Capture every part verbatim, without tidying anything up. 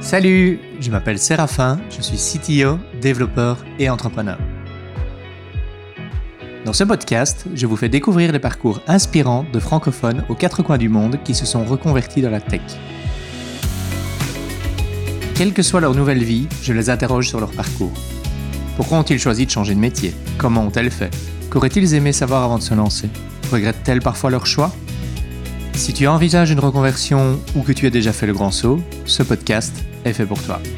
Salut, je m'appelle Séraphin, je suis C T O, développeur et entrepreneur. Dans ce podcast, je vous fais découvrir les parcours inspirants de francophones aux quatre coins du monde qui se sont reconvertis dans la tech. Quelle que soit leur nouvelle vie, je les interroge sur leur parcours. Pourquoi ont-ils choisi de changer de métier? Comment ont-elles fait? Qu'auraient-ils aimé savoir avant de se lancer? Regrettent-elles parfois leur choix? Si tu envisages une reconversion ou que tu as déjà fait le grand saut, ce podcast est fait pour toi.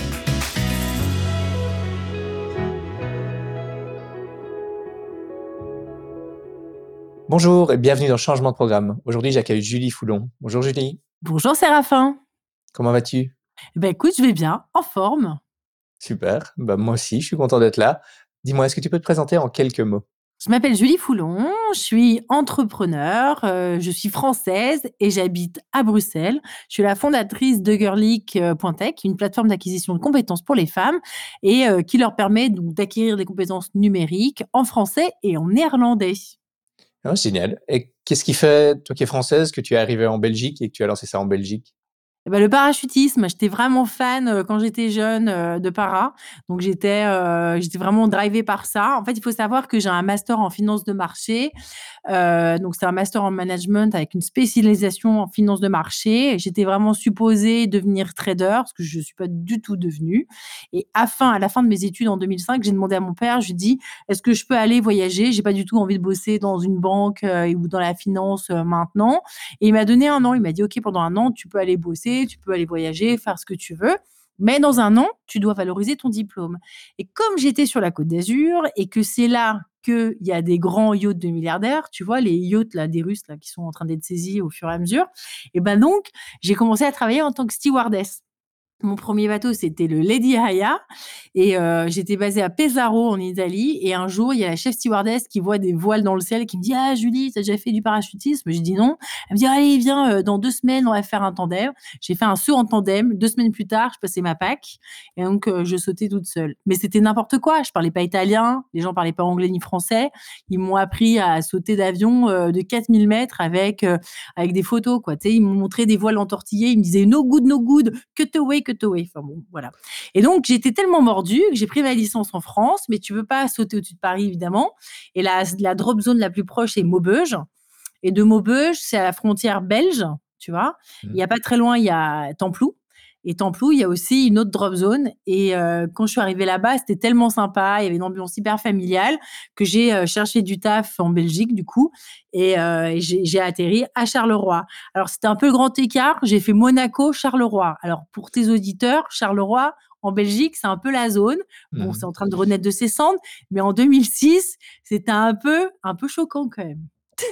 Bonjour et bienvenue dans Changement de programme. Aujourd'hui, j'accueille Julie Foulon. Bonjour Julie. Bonjour Séraphin. Comment vas-tu? Eh ben écoute, je vais bien, en forme. Super, bah, moi aussi, je suis content d'être là. Dis-moi, est-ce que tu peux te présenter en quelques mots? Je m'appelle Julie Foulon, je suis entrepreneur, euh, je suis française et j'habite à Bruxelles. Je suis la fondatrice de girleak point tech, une plateforme d'acquisition de compétences pour les femmes et euh, qui leur permet donc d'acquérir des compétences numériques en français et en néerlandais. Ah, génial. Et qu'est-ce qui fait, toi qui es française, que tu es arrivée en Belgique et que tu as lancé ça en Belgique? Eh ben, le parachutisme, j'étais vraiment fan euh, quand j'étais jeune euh, de para. Donc, j'étais euh, j'étais vraiment drivée par ça. En fait, il faut savoir que j'ai un master en finance de marché. Euh, donc, c'est un master en management avec une spécialisation en finance de marché. J'étais vraiment supposée devenir trader, ce que je ne suis pas du tout devenue. Et à, fin, à la fin de mes études en deux mille cinq, j'ai demandé à mon père, je lui ai dit, est-ce que je peux aller voyager? J'ai pas du tout envie de bosser dans une banque euh, ou dans la finance euh, maintenant. Et il m'a donné un an. Il m'a dit, OK, pendant un an, tu peux aller bosser, tu peux aller voyager, faire ce que tu veux. Mais dans un an, tu dois valoriser ton diplôme. Et comme j'étais sur la Côte d'Azur et que c'est là qu'il y a des grands yachts de milliardaires, tu vois, les yachts là, des Russes là, qui sont en train d'être saisis au fur et à mesure, et ben donc, j'ai commencé à travailler en tant que stewardess. Mon premier bateau, c'était le Lady Haya et heu, j'étais basée à Pesaro en Italie et un jour, il y a la chef stewardess qui voit des voiles dans le ciel et qui me dit: «Ah Julie, tu as déjà fait du parachutisme?» Je dis: «Non». Elle me dit: «Allez viens, heu, dans deux semaines, on va faire un tandem». J'ai fait un saut en tandem. deux semaines plus tard, je passais ma P A C et donc heu, je sautais toute seule. Mais c'était n'importe quoi, je parlais pas italien, les gens parlaient pas anglais ni français. Ils m'ont appris à sauter d'avion, heu, de quatre mille mètres avec, heu, avec des photos quoi. Tu sais, ils m'ont montré des voiles entortillées, ils me disaient: «No good, no good, cut away, cut away». Enfin bon, voilà. Et donc, j'étais tellement mordue que j'ai pris ma licence en France, mais tu veux pas sauter au-dessus de Paris, évidemment. Et la, la drop zone la plus proche est Maubeuge. Et de Maubeuge, c'est à la frontière belge, tu vois. Il Mmh. y a pas très loin, il y a Templou. Et Templou, il y a aussi une autre drop zone. Et euh, quand je suis arrivée là-bas, c'était tellement sympa. Il y avait une ambiance hyper familiale que j'ai euh, cherché du taf en Belgique, du coup. Et euh, j'ai, j'ai atterri à Charleroi. Alors, c'était un peu le grand écart. J'ai fait Monaco, Charleroi. Alors, pour tes auditeurs, Charleroi, en Belgique, c'est un peu la zone. Bon, c'est Mmh. en train de renaître de ses cendres. Mais en deux mille six, c'était un peu, un peu choquant quand même.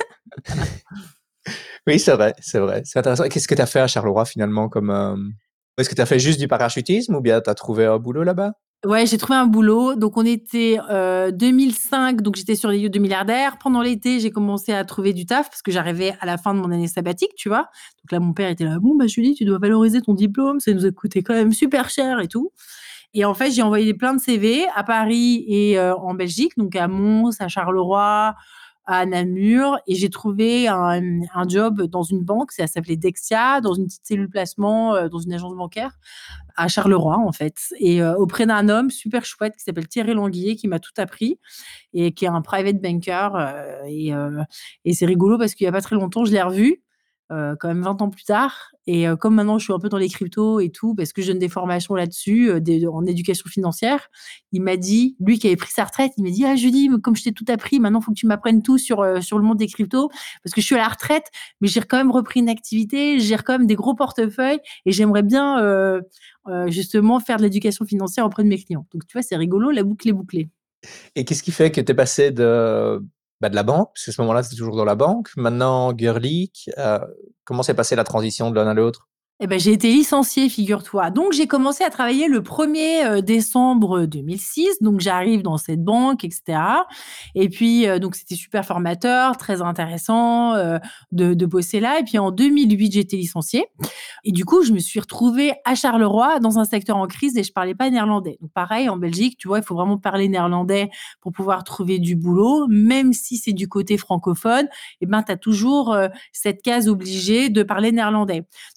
Oui, c'est vrai, c'est vrai. C'est intéressant. Et qu'est-ce que tu as fait à Charleroi finalement comme, euh, est-ce que tu as fait juste du parachutisme ou bien tu as trouvé un boulot là-bas? Ouais, j'ai trouvé un boulot. Donc, on était euh, deux mille cinq, donc j'étais sur les lieux de milliardaires. Pendant l'été, j'ai commencé à trouver du taf parce que j'arrivais à la fin de mon année sabbatique, tu vois. Donc là, mon père était là, bon, bah Julie, tu dois valoriser ton diplôme, ça nous a coûté quand même super cher et tout. Et en fait, j'ai envoyé plein de C V à Paris et euh, en Belgique, donc à Mons, à Charleroi, à Namur, et j'ai trouvé un, un job dans une banque, ça s'appelait Dexia, dans une petite cellule placement, euh, dans une agence bancaire à Charleroi en fait, et euh, auprès d'un homme super chouette qui s'appelle Thierry Languier, qui m'a tout appris et qui est un private banker, euh, et, euh, et c'est rigolo parce qu'il y a pas très longtemps je l'ai revu, euh, quand même vingt ans plus tard, et euh, comme maintenant je suis un peu dans les cryptos et tout parce que je donne des formations là-dessus, euh, des, en éducation financière, il m'a dit, lui qui avait pris sa retraite, il m'a dit: ah Julie, comme je t'ai tout appris, maintenant il faut que tu m'apprennes tout sur, euh, sur le monde des cryptos parce que je suis à la retraite, mais j'ai quand même repris une activité, j'ai quand même des gros portefeuilles et j'aimerais bien euh, euh, justement faire de l'éducation financière auprès de mes clients. Donc, tu vois, c'est rigolo, la boucle est bouclée. Et qu'est-ce qui fait que tu es passé de, bah, de la banque, parce qu'à ce moment-là, c'était toujours dans la banque, maintenant girleak, euh, comment s'est passée la transition de l'un à l'autre? Eh ben, j'ai été licenciée, figure-toi. Donc, j'ai commencé à travailler le premier euh, décembre deux mille six. Donc, j'arrive dans cette banque, et cetera. Et puis, euh, donc, c'était super formateur, très intéressant euh, de, de bosser là. Et puis, en deux mille huit, j'ai été licenciée. Et du coup, je me suis retrouvée à Charleroi dans un secteur en crise et je parlais pas néerlandais. Donc, pareil, en Belgique, tu vois, il faut vraiment parler néerlandais pour pouvoir trouver du boulot. Même si c'est du côté francophone, eh ben, tu as toujours euh, cette case obligée de parler néerlandais. Donc, je me suis dit,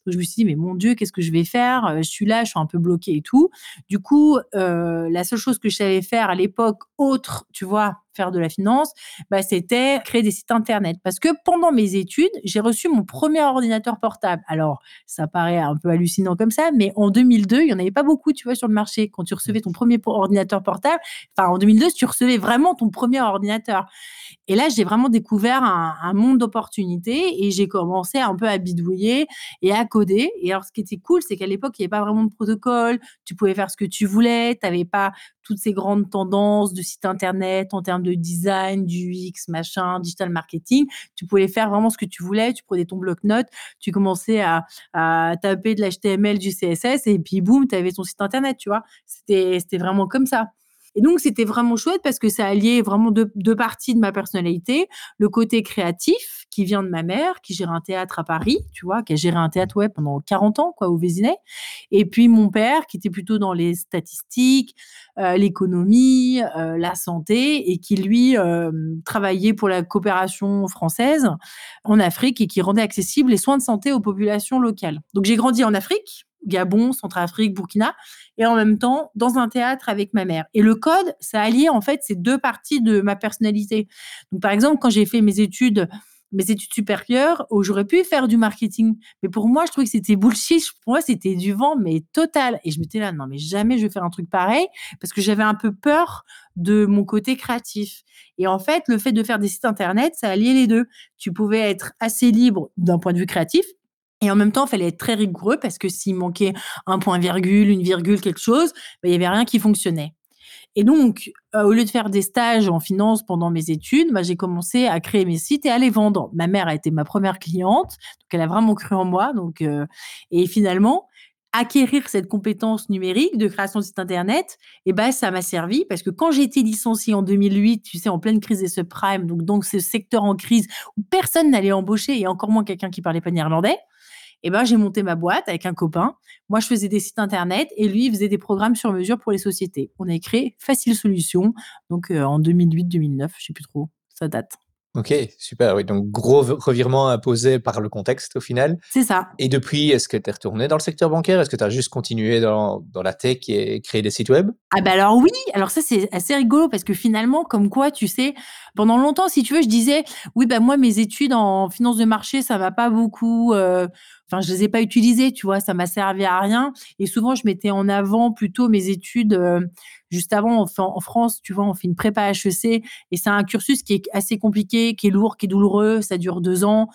«Mais mon Dieu, qu'est-ce que je vais faire? Heu, je suis là, je suis un peu bloquée et tout». Du coup, heu, la seule chose que je savais faire à l'époque, autre, tu vois, faire de la finance, bah, c'était créer des sites internet. Parce que pendant mes études, j'ai reçu mon premier ordinateur portable. Alors, ça paraît un peu hallucinant comme ça, mais en deux mille deux, il y en avait pas beaucoup, tu vois, sur le marché. Quand tu recevais ton premier po ordinateur portable, enfin, en deux mille deux, tu recevais vraiment ton premier ordinateur. Et là, j'ai vraiment découvert un, un monde d'opportunités et j'ai commencé un peu à bidouiller et à coder. Et alors, ce qui était cool, c'est qu'à l'époque, il n'y avait pas vraiment de protocole. Tu pouvais faire ce que tu voulais. Tu n'avais pas toutes ces grandes tendances de site internet en termes de design, du U X, machin, digital marketing. Tu pouvais faire vraiment ce que tu voulais. Tu prenais ton bloc-notes, tu commençais à, à taper de l'H T M L, du C S S et puis boum, tu avais ton site internet, tu vois. C'était, c'était vraiment comme ça. Et donc, c'était vraiment chouette parce que ça alliait vraiment deux, deux parties de ma personnalité. Le côté créatif qui vient de ma mère, qui gère un théâtre à Paris, tu vois, qui a géré un théâtre ouais, pendant quarante ans, quoi, au Vésinet. Et puis mon père, qui était plutôt dans les statistiques, euh, l'économie, euh, la santé, et qui, lui, euh, travaillait pour la coopération française en Afrique et qui rendait accessibles les soins de santé aux populations locales. Donc, j'ai grandi en Afrique, Gabon, Centrafrique, Burkina, et en même temps dans un théâtre avec ma mère. Et le code, ça alliait en fait ces deux parties de ma personnalité. Donc par exemple, quand j'ai fait mes études, mes études supérieures, où j'aurais pu faire du marketing, mais pour moi, je trouvais que c'était bullshit. Pour moi, c'était du vent, mais total. Et je m'étais là, non, mais jamais je vais faire un truc pareil, parce que j'avais un peu peur de mon côté créatif. Et en fait, le fait de faire des sites internet, ça alliait les deux. Tu pouvais être assez libre d'un point de vue créatif, et en même temps, il fallait être très rigoureux parce que s'il manquait un point virgule, une virgule, quelque chose, bah, il y avait rien qui fonctionnait. Et donc, heu, au lieu de faire des stages en finance pendant mes études, bah, j'ai commencé à créer mes sites et à les vendre. Ma mère a été ma première cliente, donc elle a vraiment cru en moi, donc heu et finalement, acquérir cette compétence numérique de création de site internet et bah, ça m'a servi parce que quand j'ai été licenciée en deux mille huit, tu sais, en pleine crise des subprimes, donc donc ce secteur en crise où personne n'allait embaucher et encore moins quelqu'un qui parlait pas néerlandais, et ben, j'ai monté ma boîte avec un copain. Moi, je faisais des sites internet et lui, il faisait des programmes sur mesure pour les sociétés. On a créé Facile Solutions, donc heu, en deux mille huit deux mille neuf, je sais plus trop, ça date. Ok, super, oui. Donc, gros v- revirement imposé par le contexte au final. C'est ça. Et depuis, est-ce que tu es retourné dans le secteur bancaire? Est-ce que tu as juste continué dans, dans la tech et créé des sites web? Ah bah, alors oui, alors ça, c'est assez rigolo parce que finalement, comme quoi, tu sais, pendant longtemps, si tu veux, je disais: «Oui, bah, moi, mes études en finance de marché, ça m'a pas beaucoup, heu, enfin, je les ai pas utilisées, tu vois? Ça m'a servi à rien» et souvent, je mettais en avant plutôt mes études, heu, juste avant, on fait en en France, tu vois, on fait une prépa H E C et c'est un cursus qui est assez compliqué, qui est lourd, qui est douloureux. Ça dure deux ans,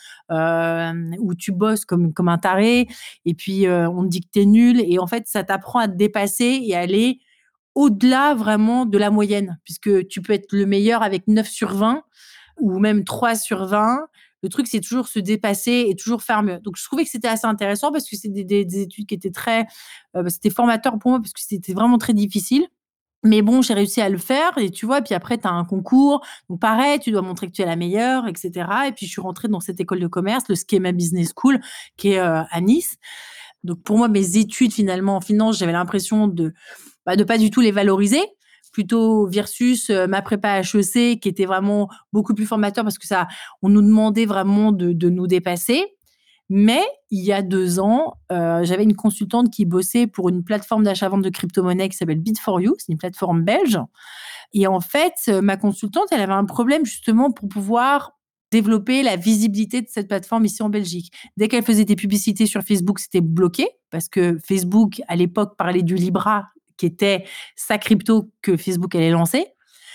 hem, où tu bosses comme comme un taré et puis, heu, on te dit que tu es nul et en fait, ça t'apprend à te dépasser et à aller au-delà vraiment de la moyenne, puisque tu peux être le meilleur avec neuf sur vingt ou même trois sur vingt. Le truc, c'est toujours se dépasser et toujours faire mieux. Donc je trouvais que c'était assez intéressant parce que c'est des des des études qui étaient très, heu, bah, c'était formateur pour moi parce que c'était vraiment très difficile. Mais bon, j'ai réussi à le faire et tu vois? Puis après tu as un concours, donc pareil, tu dois montrer que tu es la meilleure et cetera et puis je suis rentrée dans cette école de commerce, le Schema Business School qui est, heu, à Nice. Donc pour moi, mes études finalement en finance, j'avais l'impression de, bah, de pas du tout les valoriser, plutôt versus, heu, ma prépa H E C qui était vraiment beaucoup plus formateur parce que ça on nous demandait vraiment de de nous dépasser. Mais il y a deux ans, heu, j'avais une consultante qui bossait pour une plateforme d'achat-vente de crypto-monnaies qui s'appelle bit for you, c'est une plateforme belge et en fait, heu, ma consultante, elle avait un problème justement pour pouvoir développer la visibilité de cette plateforme ici en Belgique. Dès qu'elle faisait des publicités sur Facebook, c'était bloqué parce que Facebook, à l'époque, parlait du Libra, qui était sa crypto que Facebook allait lancer.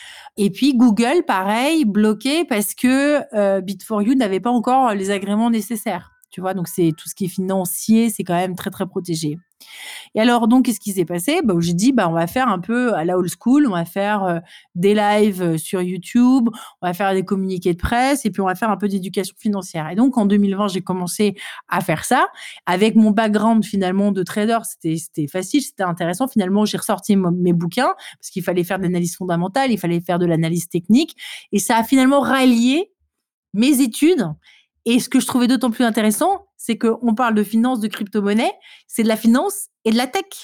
Et puis Google, pareil, bloqué parce que euh, bit for you n'avait pas encore les agréments nécessaires. Tu vois, donc c'est tout ce qui est financier, c'est quand même très très protégé. Et alors donc, qu'est-ce qui s'est passé? Bah, j'ai dit: «Bah, on va faire un peu à la old school, on va faire, heu, des lives, heu, sur YouTube, on va faire des communiqués de presse et puis on va faire un peu d'éducation financière» et donc en deux mille vingt, j'ai commencé à faire ça. Avec mon background finalement de trader, c'était c'était facile, c'était intéressant. Finalement, j'ai ressorti mo mes bouquins parce qu'il fallait faire de l'analyse fondamentale, il fallait faire de l'analyse technique et ça a finalement rallié mes études et ce que je trouvais d'autant plus intéressant, c'est qu'on parle de finance, de crypto-monnaie, c'est de la finance et de la tech.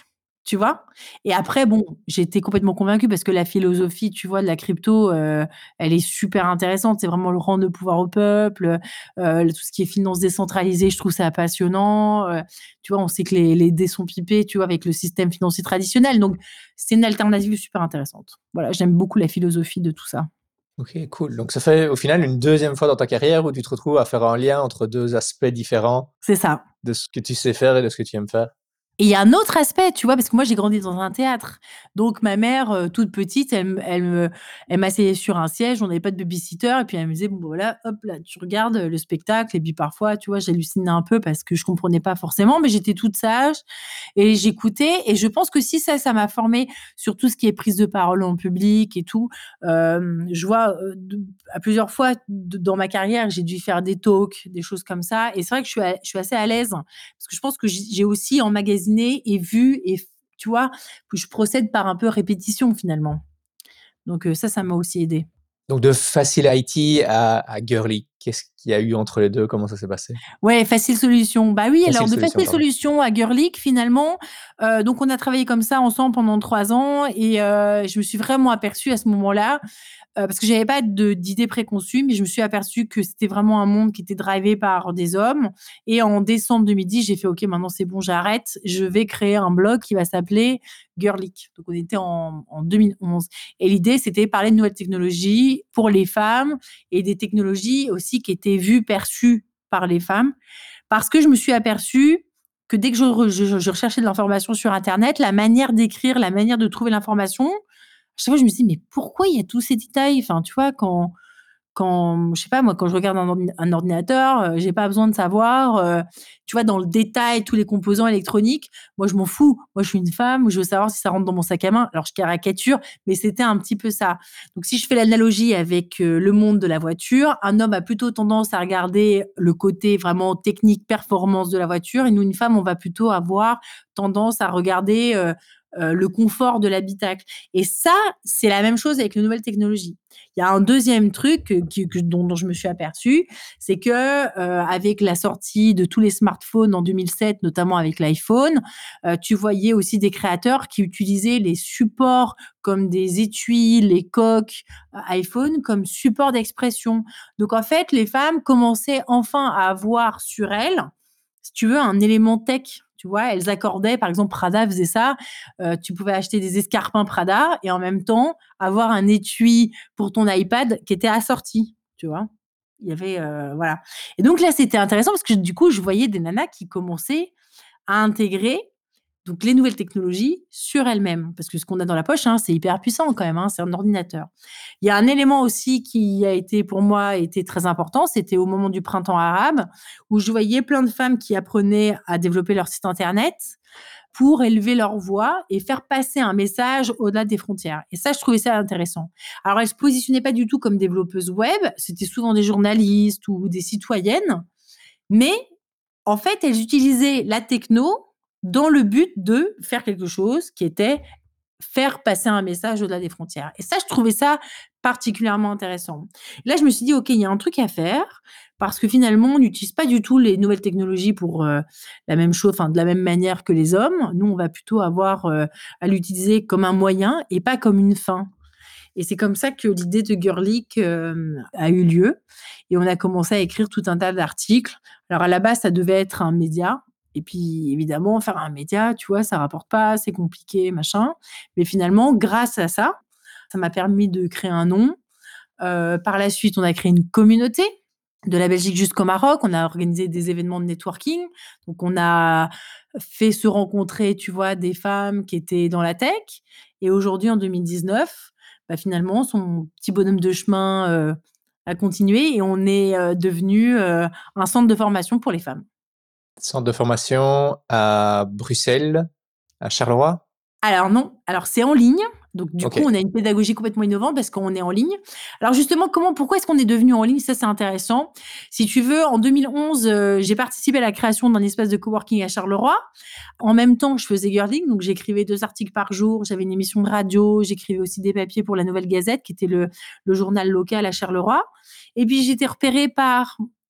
Tu vois? Et après bon, j'étais complètement convaincue parce que la philosophie, tu vois, de la crypto, heu, elle est super intéressante. C'est vraiment le rendre le pouvoir au peuple, heu, tout ce qui est finance décentralisée, je trouve ça passionnant, heu, tu vois? On sait que les les dés sont pipés, tu vois, avec le système financier traditionnel, donc c'est une alternative super intéressante. Voilà, j'aime beaucoup la philosophie de tout ça. OK, cool. Donc ça fait au final une deuxième fois dans ta carrière où tu te retrouves à faire un lien entre deux aspects différents C'est ça. de ce que tu sais faire et de ce que tu aimes faire. Et il y a un autre aspect, tu vois? Parce que moi, j'ai grandi dans un théâtre. Donc ma mère, heu, toute petite, elle me elle me elle m'asseyait sur un siège, on n'avait pas de baby-sitter et puis elle me disait: «Bon, bah, voilà, hop là, tu regardes, heu, le spectacle» et puis parfois, tu vois, j'hallucinais un peu parce que je comprenais pas forcément, mais j'étais toute sage et j'écoutais et je pense que si ça, ça m'a formée sur tout ce qui est prise de parole en public et tout. Hem, je vois, heu, de à plusieurs fois d dans ma carrière, j'ai dû faire des talks, des choses comme ça et c'est vrai que je suis a je suis assez à l'aise parce que je pense que j'ai j'ai aussi emmagasiné et vu et f tu vois? Que je procède par un peu répétition finalement. Donc heu, ça, ça m'a aussi aidée. Donc de Facile I T à à Girly, qu'est-ce qu'il y a eu entre les deux? Comment ça s'est passé? Ouais, Facile Solutions. Bah oui, alors Facile de Solutions, Facile pardon. Solutions à Girlic finalement, heu, donc on a travaillé comme ça ensemble pendant trois ans et heu, je me suis vraiment aperçue à ce moment-là, heu, parce que j'avais pas de d'idées préconçues, mais je me suis aperçue que c'était vraiment un monde qui était drivé par des hommes et en décembre deux mille dix, j'ai fait: «OK, maintenant c'est bon, j'arrête, je vais créer un blog qui va s'appeler Girlic». Donc on était en en deux mille onze et l'idée, c'était parler de nouvelles technologies pour les femmes et des technologies aussi qui étaient vues, perçues par les femmes. Parce que je me suis aperçue que dès que je re je je recherchais de l'information sur internet, la manière d'écrire, la manière de trouver l'information, chaque fois je me suis dit: «Mais pourquoi il y a tous ces détails?» Enfin, tu vois, quand quand, je sais pas moi, quand je regarde un ordi un ordinateur, heu, j'ai pas besoin de savoir, heu, tu vois, dans le détail, tous les composants électroniques. Moi, je m'en fous. Moi, je suis une femme, je veux savoir si ça rentre dans mon sac à main. Alors je caricature, mais c'était un petit peu ça. Donc si je fais l'analogie avec, heu, le monde de la voiture, un homme a plutôt tendance à regarder le côté vraiment technique, performance de la voiture et nous, une femme, on va plutôt avoir tendance à regarder, heu heu, le confort de l'habitacle et ça, c'est la même chose avec les nouvelles technologies. Il y a un deuxième truc, heu, qui que dont dont je me suis aperçue, c'est que, heu, avec la sortie de tous les smartphones en deux mille sept, notamment avec l'iPhone, heu, tu voyais aussi des créateurs qui utilisaient les supports comme des étuis, les coques, heu, iPhone comme support d'expression. Donc en fait, les femmes commençaient enfin à avoir sur elles, si tu veux, un élément tech, tu vois? Elles accordaient, par exemple, Prada faisait ça, heu, tu pouvais acheter des escarpins Prada et en même temps avoir un étui pour ton iPad qui était assorti, tu vois? Il y avait, heu, voilà et donc là, c'était intéressant parce que du coup, je voyais des nanas qui commençaient à intégrer donc les nouvelles technologies sur elles-mêmes. Parce que ce qu'on a dans la poche, hein, c'est hyper puissant quand même, hein, c'est un ordinateur. Il y a un élément aussi qui a été pour moi été très important, c'était au moment du printemps arabe où je voyais plein de femmes qui apprenaient à développer leur site internet pour élever leur voix et faire passer un message au-delà des frontières et ça, je trouvais ça intéressant. Alors elles se positionnaient pas du tout comme développeuses web, c'était souvent des journalistes ou des citoyennes, mais en fait, elles utilisaient la techno dans le but de faire quelque chose qui était faire passer un message au-delà des frontières et ça, je trouvais ça particulièrement intéressant. Là, je me suis dit: «OK, il y a un truc à faire» parce que finalement, on n'utilise pas du tout les nouvelles technologies pour, heu, la même chose, enfin de la même manière que les hommes. Nous, on va plutôt avoir, heu, à l'utiliser comme un moyen et pas comme une fin et c'est comme ça que l'idée de Girlic, hem, a eu lieu et on a commencé à écrire tout un tas d'articles. Alors à la base, ça devait être un média et puis évidemment, faire un média, tu vois, ça rapporte pas, c'est compliqué, machin. Mais finalement, grâce à ça, ça m'a permis de créer un nom. Heu, par la suite, on a créé une communauté, de la Belgique jusqu'au Maroc. On a organisé des événements de networking. Donc on a fait se rencontrer, tu vois, des femmes qui étaient dans la tech et aujourd'hui, en deux mille dix-neuf, bah, finalement, son petit bonhomme de chemin, heu, a continué et on est, heu, devenu, heu, un centre de formation pour les femmes. Centre de formation à Bruxelles, à Charleroi? Alors non, alors c'est en ligne, donc du coup, OK. on a une pédagogie complètement innovante parce qu'on est en ligne. Alors justement, comment pourquoi est-ce qu'on est devenu en ligne? Ça, c'est intéressant. Si tu veux, en deux mille onze, heu, j'ai participé à la création d'un espace de coworking à Charleroi. En même temps, je faisais Girling, donc j'écrivais deux articles par jour, j'avais une émission de radio, j'écrivais aussi des papiers pour la Nouvelle Gazette, qui était le le journal local à Charleroi et puis j'ai été repérée par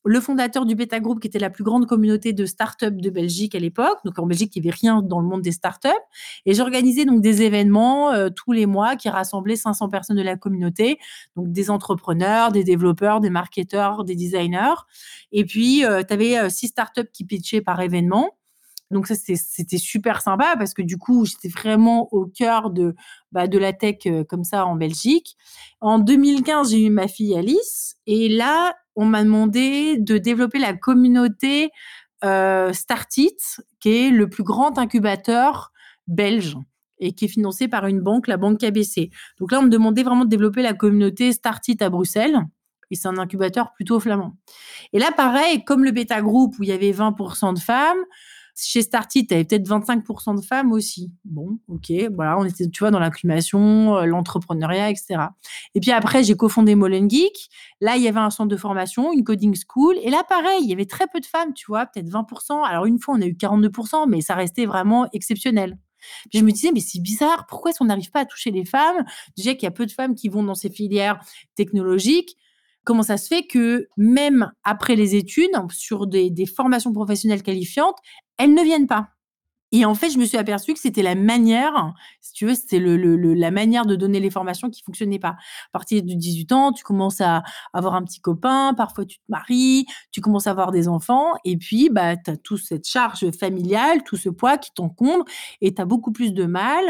le fondateur du Beta Group, qui était la plus grande communauté de start-up de Belgique à l'époque. Donc, en Belgique, il n'y avait rien dans le monde des start-up. Et j'organisais donc des événements euh, tous les mois qui rassemblaient cinq cents personnes de la communauté. Donc, des entrepreneurs, des développeurs, des marketeurs, des designers. Et puis, euh, tu avais euh, six start-up qui pitchaient par événement. Donc ça, c'était, c'était super sympa parce que du coup, j'étais vraiment au cœur de, bah, de la tech euh, comme ça en Belgique. En deux mille quinze, j'ai eu ma fille Alice et là, on m'a demandé de développer la communauté euh, Startit, qui est le plus grand incubateur belge et qui est financé par une banque, la banque K B C. Donc là, on me demandait vraiment de développer la communauté Startit à Bruxelles et c'est un incubateur plutôt flamand. Et là, pareil, comme le Beta Group où il y avait vingt pour cent de femmes, chez Startit, tu avais peut-être vingt-cinq pour cent de femmes aussi. Bon, ok, voilà, on était, tu vois, dans l'incubation, euh, l'entrepreneuriat, et cetera. Et puis après, j'ai cofondé Molengeek. Là, il y avait un centre de formation, une coding school. Et là, pareil, il y avait très peu de femmes, tu vois, peut-être vingt pour cent. Alors, une fois, on a eu quarante-deux pour cent, mais ça restait vraiment exceptionnel. Puis je me disais, mais c'est bizarre, pourquoi est-ce qu'on n'arrive pas à toucher les femmes? Déjà qu'il y a peu de femmes qui vont dans ces filières technologiques. Comment ça se fait que même après les études, sur des, des formations professionnelles qualifiantes, elles ne viennent pas? Et en fait, je me suis aperçue que c'était la manière, si tu veux, c'était le, le, le- la manière de donner les formations qui fonctionnait pas. À partir de dix-huit ans, tu commences à avoir un petit copain, parfois tu te maries, tu commences à avoir des enfants, et puis bah, tu as toute cette charge familiale, tout ce poids qui t'encombre, et tu as beaucoup plus de mal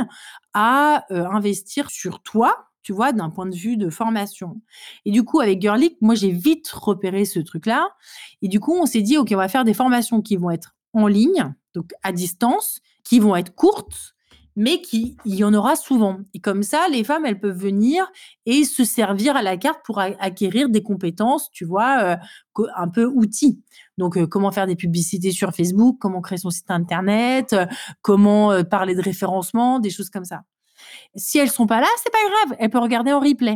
à euh, investir sur toi, tu vois, d'un point de vue de formation. Et du coup, avec Girlic, moi, j'ai vite repéré ce truc-là. Et du coup, on s'est dit, OK, on va faire des formations qui vont être en ligne, donc à distance, qui vont être courtes, mais qui, il y en aura souvent. Et comme ça, les femmes, elles peuvent venir et se servir à la carte pour a- acquérir des compétences, tu vois, euh, co- un peu outils. Donc, euh, comment faire des publicités sur Facebook, comment créer son site internet, euh, comment euh, parler de référencement, des choses comme ça. Si elles sont pas là, c'est pas grave, elles peuvent regarder en replay.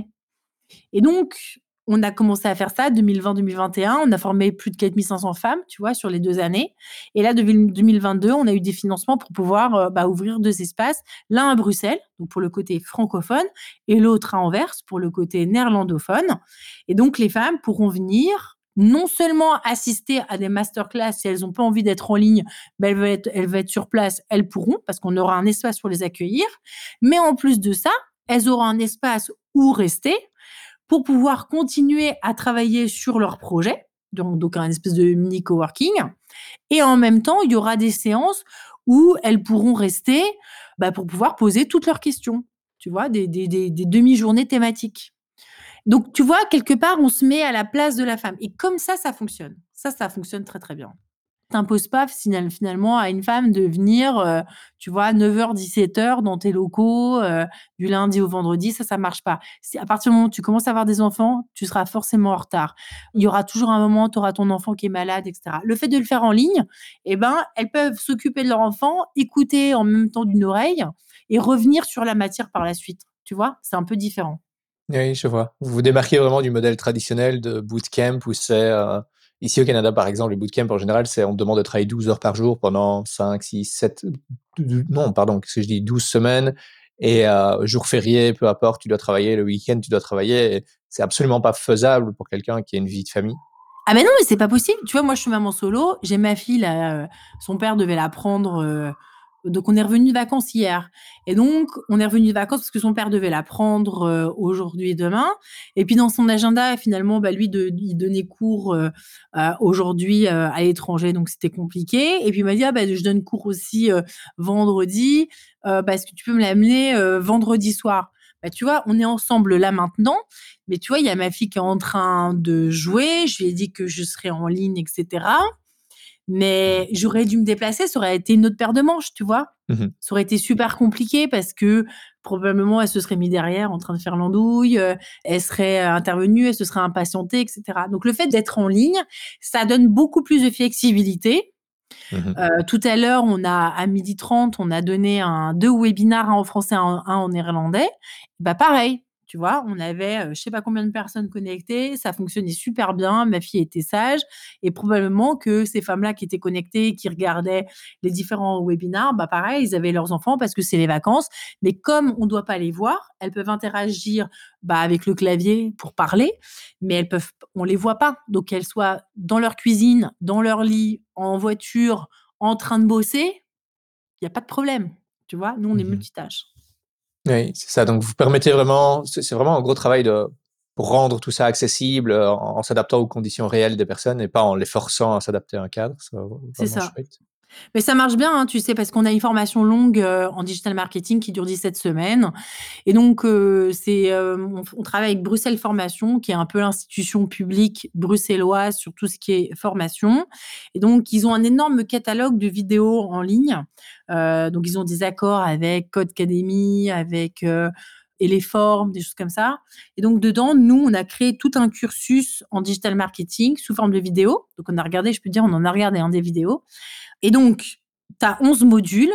Et donc, on a commencé à faire ça deux mille vingt deux mille vingt et un. On a formé plus de quatre mille cinq cents femmes, tu vois, sur les deux années. Et là, depuis deux mille vingt-deux, on a eu des financements pour pouvoir euh, bah, ouvrir deux espaces. L'un à Bruxelles, donc pour le côté francophone, et l'autre à Anvers, pour le côté néerlandophone. Et donc, les femmes pourront venir non seulement assister à des masterclass si elles n'ont pas envie d'être en ligne, mais elles veulent être, elles veulent être sur place, elles pourront, parce qu'on aura un espace pour les accueillir. Mais en plus de ça, elles auront un espace où rester pour pouvoir continuer à travailler sur leur projet, donc, donc un espèce de mini coworking. Et en même temps, il y aura des séances où elles pourront rester bah, pour pouvoir poser toutes leurs questions, tu vois, des, des, des, des demi-journées thématiques. Donc, tu vois, quelque part, on se met à la place de la femme. Et comme ça, ça fonctionne. Ça, ça fonctionne très, très bien. T'imposes pas final- finalement à une femme de venir, euh, tu vois, neuf heures dix-sept heures dans tes locaux, euh, du lundi au vendredi, ça, ça marche pas. Si à partir du moment où tu commences à avoir des enfants, tu seras forcément en retard. Il y aura toujours un moment, tu auras ton enfant qui est malade, et cetera. Le fait de le faire en ligne, eh ben, elles peuvent s'occuper de leur enfant, écouter en même temps d'une oreille et revenir sur la matière par la suite. Tu vois, c'est un peu différent. Oui, je vois. Vous vous démarquez vraiment du modèle traditionnel de bootcamp où c'est, euh, ici au Canada par exemple, les bootcamps en général, c'est on te demande de travailler douze heures par jour pendant cinq, six, sept, non, pardon, qu'est-ce que je dis, douze semaines et euh, jour férié, peu importe, tu dois travailler, le week-end, tu dois travailler. Et c'est absolument pas faisable pour quelqu'un qui a une vie de famille. Ah mais non, mais c'est pas possible. Tu vois, moi, je suis maman solo. J'ai ma fille, là, euh, son père devait la prendre. euh, donc, on est revenu de vacances hier. Et donc, on est revenu de vacances parce que son père devait la prendre euh, aujourd'hui et demain. Et puis, dans son agenda, finalement, bah, lui, de, il donnait cours euh, euh, aujourd'hui euh, à l'étranger. Donc, c'était compliqué. Et puis, il m'a dit, ah, bah, je donne cours aussi euh, vendredi. Euh, parce que tu peux me l'amener euh, vendredi soir. Bah, tu vois, on est ensemble là maintenant. Mais tu vois, il y a ma fille qui est en train de jouer. Je lui ai dit que je serais en ligne, et cetera. Mais j'aurais dû me déplacer. Ça aurait été une autre paire de manches, tu vois. Mhm. Ça aurait été super compliqué parce que probablement elle se serait mise derrière en train de faire l'andouille, euh, elle serait euh, intervenue, elle se serait impatientée, et cetera. Donc le fait d'être en ligne, ça donne beaucoup plus de flexibilité. Mhm. Euh, tout à l'heure, on a à midi trente, on a donné un, deux webinars, un en français, un, un en néerlandais. Bah pareil. tu vois? On avait, heu, je sais pas combien de personnes connectées, ça fonctionnait super bien, ma fille était sage et probablement que ces femmes-là qui étaient connectées, qui regardaient les différents webinars, bah, pareil, ils avaient leurs enfants parce que c'est les vacances. Mais comme on doit pas les voir, elles peuvent interagir, bah, avec le clavier pour parler, mais elles peuvent p on les voit pas. Donc qu'elles soient dans leur cuisine, dans leur lit, en voiture, en train de bosser, il y a pas de problème, tu vois? Nous, on est Mmh. multitâches. Oui, c'est ça. Donc vous permettez vraiment c'est c'est vraiment un gros travail de pour rendre tout ça accessible, heu, en en s'adaptant aux conditions réelles des personnes et pas en les forçant à s'adapter à un cadre. C'est C'est vraiment ça. chouette. Mais ça marche bien, hein, tu sais, parce qu'on a une formation longue, heu, en digital marketing qui dure dix-sept semaines et donc heu, c'est, hem, on f on travaille avec Bruxelles Formation, qui est un peu l'institution publique bruxelloise sur tout ce qui est formation et donc ils ont un énorme catalogue de vidéos en ligne. Heu, donc ils ont des accords avec Codecademy, avec, heu, Eleform, des choses comme ça et donc dedans, nous, on a créé tout un cursus en digital marketing sous forme de vidéos. Donc on a regardé, je peux te dire, on en a regardé, hein, des vidéos et donc tu as onze modules.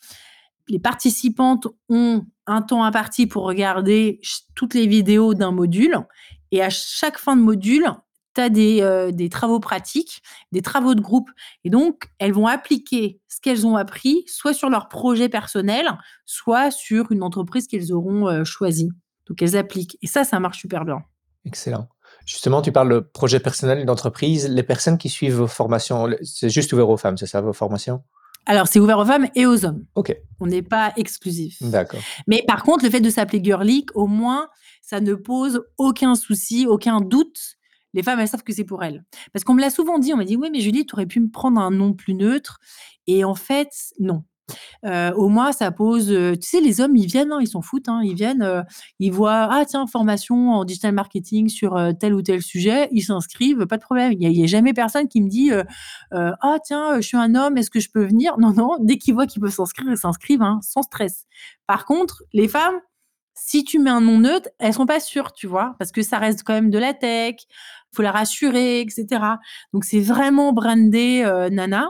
Les participantes ont un temps imparti pour regarder ch toutes les vidéos d'un module et à chaque fin de module, tu as des, heu, des travaux pratiques, des travaux de groupe et donc elles vont appliquer ce qu'elles ont appris, soit sur leur projet personnel, soit sur une entreprise qu'elles auront, heu, choisie. Donc elles appliquent et ça, ça marche super bien. Excellent. Justement, tu parles de projet personnel et d'entreprise. Les personnes qui suivent vos formations, le c'est juste ouvert aux femmes, c'est ça, vos formations? Alors c'est ouvert aux femmes et aux hommes. OK, On n'est pas exclusif. d'accord. Mais par contre, le fait de s'appeler Girlic, au moins, ça ne pose aucun souci, aucun doute. Les femmes, elles savent que c'est pour elles. Parce qu'on me l'a souvent dit, on m'a dit: «Oui, mais Julie, tu aurais pu me prendre un nom plus neutre» et en fait, non. Heu, au moins ça pose, heu tu sais les hommes ils viennent, hein, ils s'en foutent, hein, ils viennent, heu, ils voient: «Ah tiens formation en digital marketing sur, heu, tel ou tel sujet», ils s'inscrivent, pas de problème. Il y a il y a jamais personne qui me dit, heu heu: «Ah tiens, heu, je suis un homme, est-ce que je peux venir?» non, non, dès qu'ils voient qu'ils peuvent s'inscrire, ils s'inscrivent, hein, sans stress. Par contre, les femmes, si tu mets un nom neutre, elles sont pas sûres, tu vois? Parce que ça reste quand même de la tech, faut la rassurer et cetera. Donc c'est vraiment brandé, heu, nana.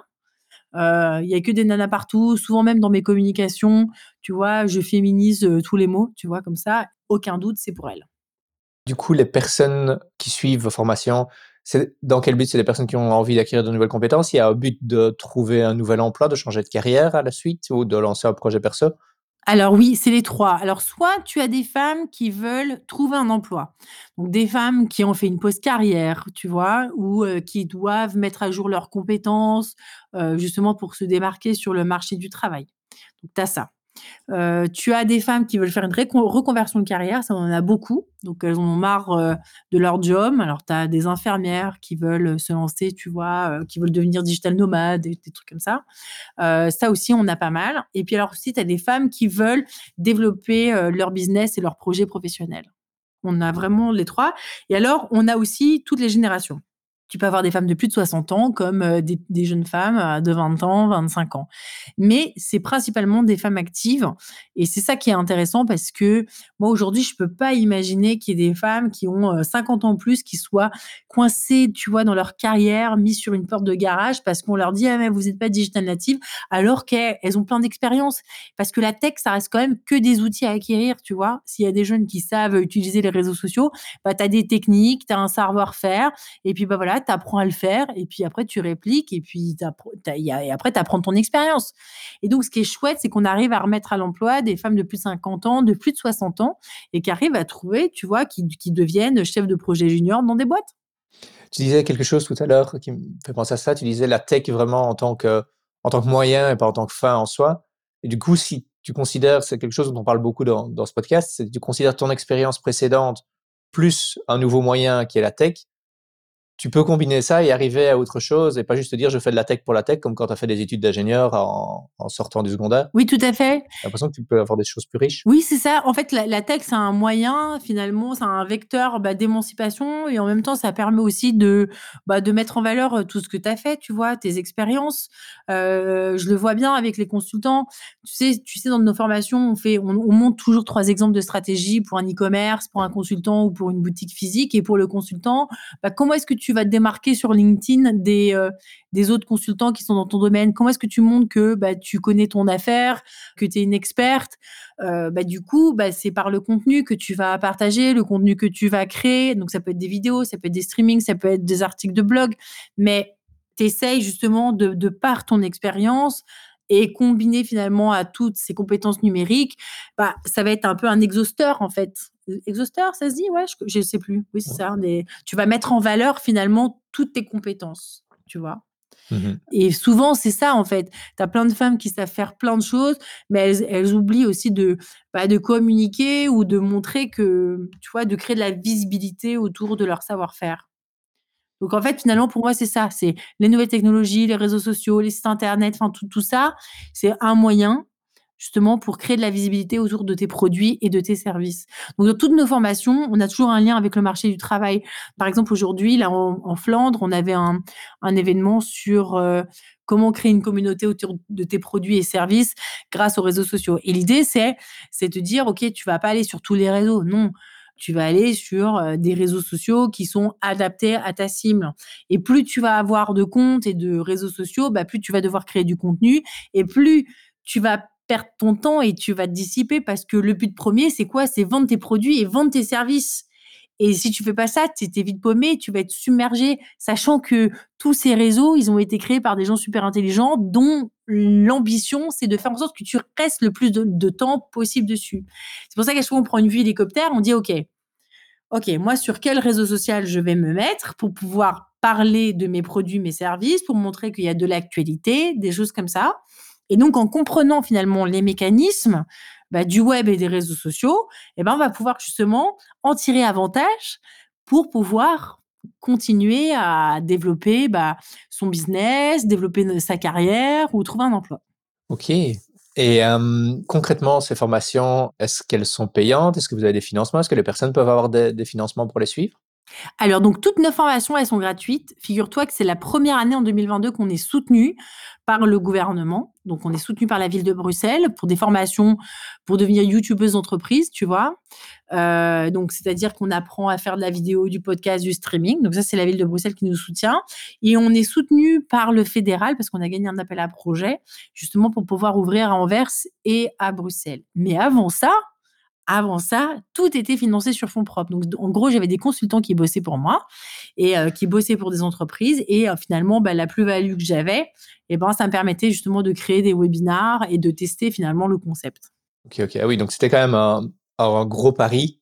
Heu, il y a que des nanas partout, souvent même dans mes communications, tu vois? Je féminise, heu, tous les mots, tu vois? Comme ça, aucun doute, c'est pour elles. Du coup, les personnes qui suivent vos formations, c'est dans quel but? C'est des personnes qui ont envie d'acquérir de nouvelles compétences? Il y a un but de trouver un nouvel emploi, de changer de carrière à la suite ou de lancer un projet perso? Alors oui, c'est les trois. Alors soit tu as des femmes qui veulent trouver un emploi, donc des femmes qui ont fait une pause carrière, tu vois? Ou, heu, qui doivent mettre à jour leurs compétences, heu, justement pour se démarquer sur le marché du travail. Donc tu as ça. Heu, tu as des femmes qui veulent faire une récon reconversion de carrière, ça on en a beaucoup, donc elles en ont marre, heu, de leur job. Alors tu as des infirmières qui veulent, se lancer, tu vois? Heu, qui veulent devenir digital nomades, des des trucs comme ça. Heu, ça aussi on a pas mal et puis alors aussi tu as des femmes qui veulent développer, heu, leur business et leurs projets professionnels. On a vraiment les trois et alors on a aussi toutes les générations. Tu peux avoir des femmes de plus de soixante ans comme, heu, des des jeunes femmes, heu, de vingt ans, vingt-cinq ans. Mais c'est principalement des femmes actives et c'est ça qui est intéressant parce que moi aujourd'hui je peux pas imaginer qu'il y ait des femmes qui ont, heu, cinquante ans plus qui soient coincées, tu vois, dans leur carrière, mises sur une porte de garage parce qu'on leur dit: «Ah mais vous êtes pas digital native», alors qu'elles elles ont plein d'expérience. Parce que la tech, ça reste quand même que des outils à acquérir, tu vois? S'il y a des jeunes qui savent utiliser les réseaux sociaux, bah, tu as des techniques, tu as un savoir-faire et puis, bah, voilà, tu apprends à le faire et puis après tu répliques et puis tu appr tu as il y a et après tu apprends de ton expérience et donc ce qui est chouette, c'est qu'on arrive à remettre à l'emploi des femmes de plus de cinquante ans, de plus de soixante ans et qui arrivent à trouver, tu vois, qui qui deviennent chefs de projet junior dans des boîtes. Tu disais quelque chose tout à l'heure qui me fait penser à ça. Tu disais la tech vraiment en tant que en tant que moyen et pas en tant que fin en soi. Et du coup, si tu considères, c'est quelque chose dont on parle beaucoup dans dans ce podcast, c'est que tu considères ton expérience précédente plus un nouveau moyen qui est la tech, tu peux combiner ça et arriver à autre chose et pas juste te dire: «Je fais de la tech pour la tech», comme quand tu as fait des études d'ingénieur en en sortant du secondaire. Oui, tout à fait. J'ai l'impression que tu peux avoir des choses plus riches. Oui, c'est ça. En fait, la la tech, c'est un moyen, finalement, c'est un vecteur, bah, d'émancipation et en même temps, ça permet aussi de, bah, de mettre en valeur, heu, tout ce que tu as fait, tu vois? Tes expériences. Heu, je le vois bien avec les consultants. Tu sais tu sais, dans nos formations, on fait on on montre toujours trois exemples de stratégie pour un e-commerce, pour un consultant ou pour une boutique physique et pour le consultant, bah, comment est-ce que tu vas te démarquer sur LinkedIn des, heu, des autres consultants qui sont dans ton domaine? Comment est-ce que tu montres que, bah, tu connais ton affaire, que tu es une experte? Heu, bah, du coup, bah, c'est par le contenu que tu vas partager, le contenu que tu vas créer. Donc ça peut être des vidéos, ça peut être des streamings, ça peut être des articles de blog, mais tu essayes justement de de par ton expérience et combiner finalement à toutes ces compétences numériques, bah, ça va être un peu un exhausteur en fait. Heu, exhausteur, ça se dit? Ouais, je je sais plus. Oui, c'est ça, mais tu vas mettre en valeur finalement toutes tes compétences, tu vois? Mmh. Et souvent, c'est ça en fait. Tu as plein de femmes qui savent faire plein de choses, mais elles elles oublient aussi de, bah, de communiquer ou de montrer que tu vois, de créer de la visibilité autour de leur savoir-faire. Donc en fait, finalement, pour moi, c'est ça, c'est les nouvelles technologies, les réseaux sociaux, les sites internet, enfin tout tout ça, c'est un moyen justement pour créer de la visibilité autour de tes produits et de tes services. Donc dans toutes nos formations, on a toujours un lien avec le marché du travail. Par exemple, aujourd'hui, là, en en Flandre, on avait un un événement sur, heu, comment créer une communauté autour de tes produits et services grâce aux réseaux sociaux. Et l'idée, c'est c'est de dire: «OK, tu vas pas aller sur tous les réseaux». Non, tu vas aller sur, heu, des réseaux sociaux qui sont adaptés à ta cible. Et plus tu vas avoir de comptes et de réseaux sociaux, bah, plus tu vas devoir créer du contenu et plus tu vas perdre ton temps et tu vas te dissiper parce que le but premier, c'est quoi? C'est vendre tes produits et vendre tes services. Et si tu fais pas ça, tu es vite paumé, tu vas être submergé, sachant que tous ces réseaux, ils ont été créés par des gens super intelligents dont l'ambition, c'est de faire en sorte que tu restes le plus de de temps possible dessus. C'est pour ça qu'à chaque fois on prend une vue hélicoptère, on dit: «OK, OK, moi sur quel réseau social je vais me mettre pour pouvoir parler de mes produits, mes services, pour montrer qu'il y a de l'actualité», des choses comme ça. Et donc en comprenant finalement les mécanismes, bah, du web et des réseaux sociaux, et ben, on va pouvoir justement en tirer avantage pour pouvoir continuer à développer, bah, son business, développer ne sa carrière ou trouver un emploi. OK. Et hem, concrètement, ces formations, est-ce qu'elles sont payantes? Est-ce que vous avez des financements? Est-ce que les personnes peuvent avoir des des financements pour les suivre? Alors donc toutes nos formations, elles sont gratuites. Figure-toi que c'est la première année en deux mille vingt-deux qu'on est soutenu par le gouvernement. Donc on est soutenu par la ville de Bruxelles pour des formations pour devenir youtubeuse d'entreprise, tu vois? Heu, donc c'est-à-dire qu'on apprend à faire de la vidéo, du podcast, du streaming. Donc ça, c'est la ville de Bruxelles qui nous soutient et on est soutenu par le fédéral parce qu'on a gagné un appel à projet justement pour pouvoir ouvrir à Anvers et à Bruxelles. Mais avant ça, avant ça, tout était financé sur fonds propres. Donc, en gros, j'avais des consultants qui bossaient pour moi et heu, qui bossaient pour des entreprises et heu, finalement, bah, la plus-value que j'avais et ben, ça me permettait justement de créer des webinars et de tester finalement le concept. OK, OK. Ah oui, donc c'était quand même un un gros pari.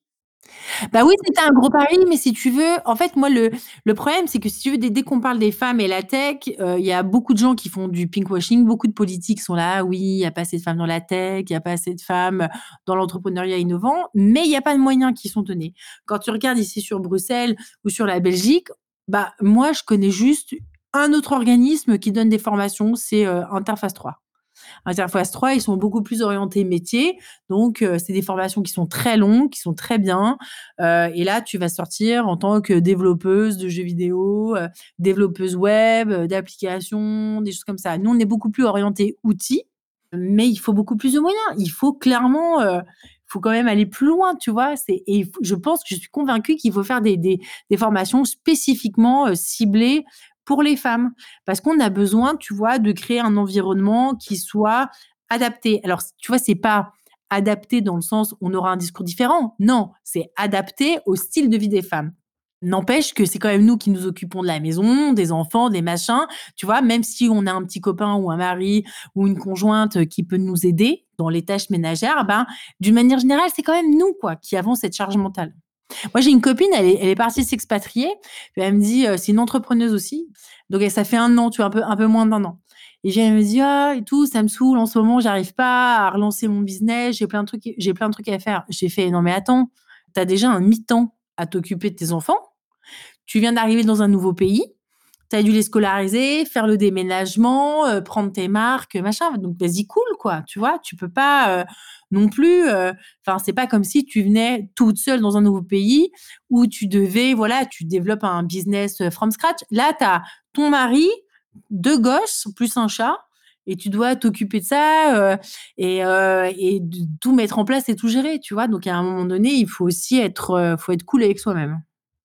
Bah oui, c'était un gros pari, mais si tu veux, en fait, moi, le le problème, c'est que si tu veux, dès dès qu'on parle des femmes et la tech, heu, il y a beaucoup de gens qui font du pinkwashing, beaucoup de politiques sont là: «Oui, il y a pas assez de femmes dans la tech, il y a pas assez de femmes dans l'entrepreneuriat innovant», mais il y a pas de moyens qui sont donnés. Quand tu regardes ici sur Bruxelles ou sur la Belgique, bah, moi, je connais juste un autre organisme qui donne des formations, c'est, heu, Interface trois. Interface trois, ils sont beaucoup plus orientés métier. Donc, heu, c'est des formations qui sont très longues, qui sont très bien. Heu et là, tu vas sortir en tant que développeuse de jeux vidéo, heu, développeuse web, heu, d'applications, des choses comme ça. Nous, on est beaucoup plus orientés outils, mais il faut beaucoup plus de moyens. Il faut clairement, heu, il faut quand même aller plus loin, tu vois? C'est et il faut je pense que je suis convaincue qu'il faut faire des des des formations spécifiquement, heu, ciblées pour les femmes. Parce qu'on a besoin, tu vois, de créer un environnement qui soit adapté. Alors, tu vois, c'est pas adapté dans le sens, on aura un discours différent. Non, c'est adapté au style de vie des femmes. N'empêche que c'est quand même nous qui nous occupons de la maison, des enfants, des machins, tu vois? Même si on a un petit copain ou un mari ou une conjointe qui peut nous aider dans les tâches ménagères, ben, d'une manière générale, c'est quand même nous, quoi, qui avons cette charge mentale. Moi, j'ai une copine, elle est elle est partie s'expatrier, puis elle me dit, heu c'est une entrepreneuse aussi, donc elle ça fait un an, tu vois? Un peu un peu moins d'un an et puis elle me dit: «Ah et tout, ça me saoule en ce moment, j'arrive pas à relancer mon business, j'ai plein de trucs j'ai plein de trucs à faire». J'ai fait: «Non mais attends, tu as déjà un mi-temps à t'occuper de tes enfants, tu viens d'arriver dans un nouveau pays, tu as dû les scolariser, faire le déménagement, heu, prendre tes marques, machin, donc vas-y cool quoi, tu vois? Tu peux pas, heu, non plus, heu, enfin c'est pas comme si tu venais toute seule dans un nouveau pays où tu devais voilà, tu développes un business, heu, from scratch. Là, tu as ton mari, deux gosses plus un chat et tu dois t'occuper de ça, heu et heu et de tout mettre en place et tout gérer, tu vois? Donc à un moment donné, il faut aussi être, heu, faut être cool avec soi-même.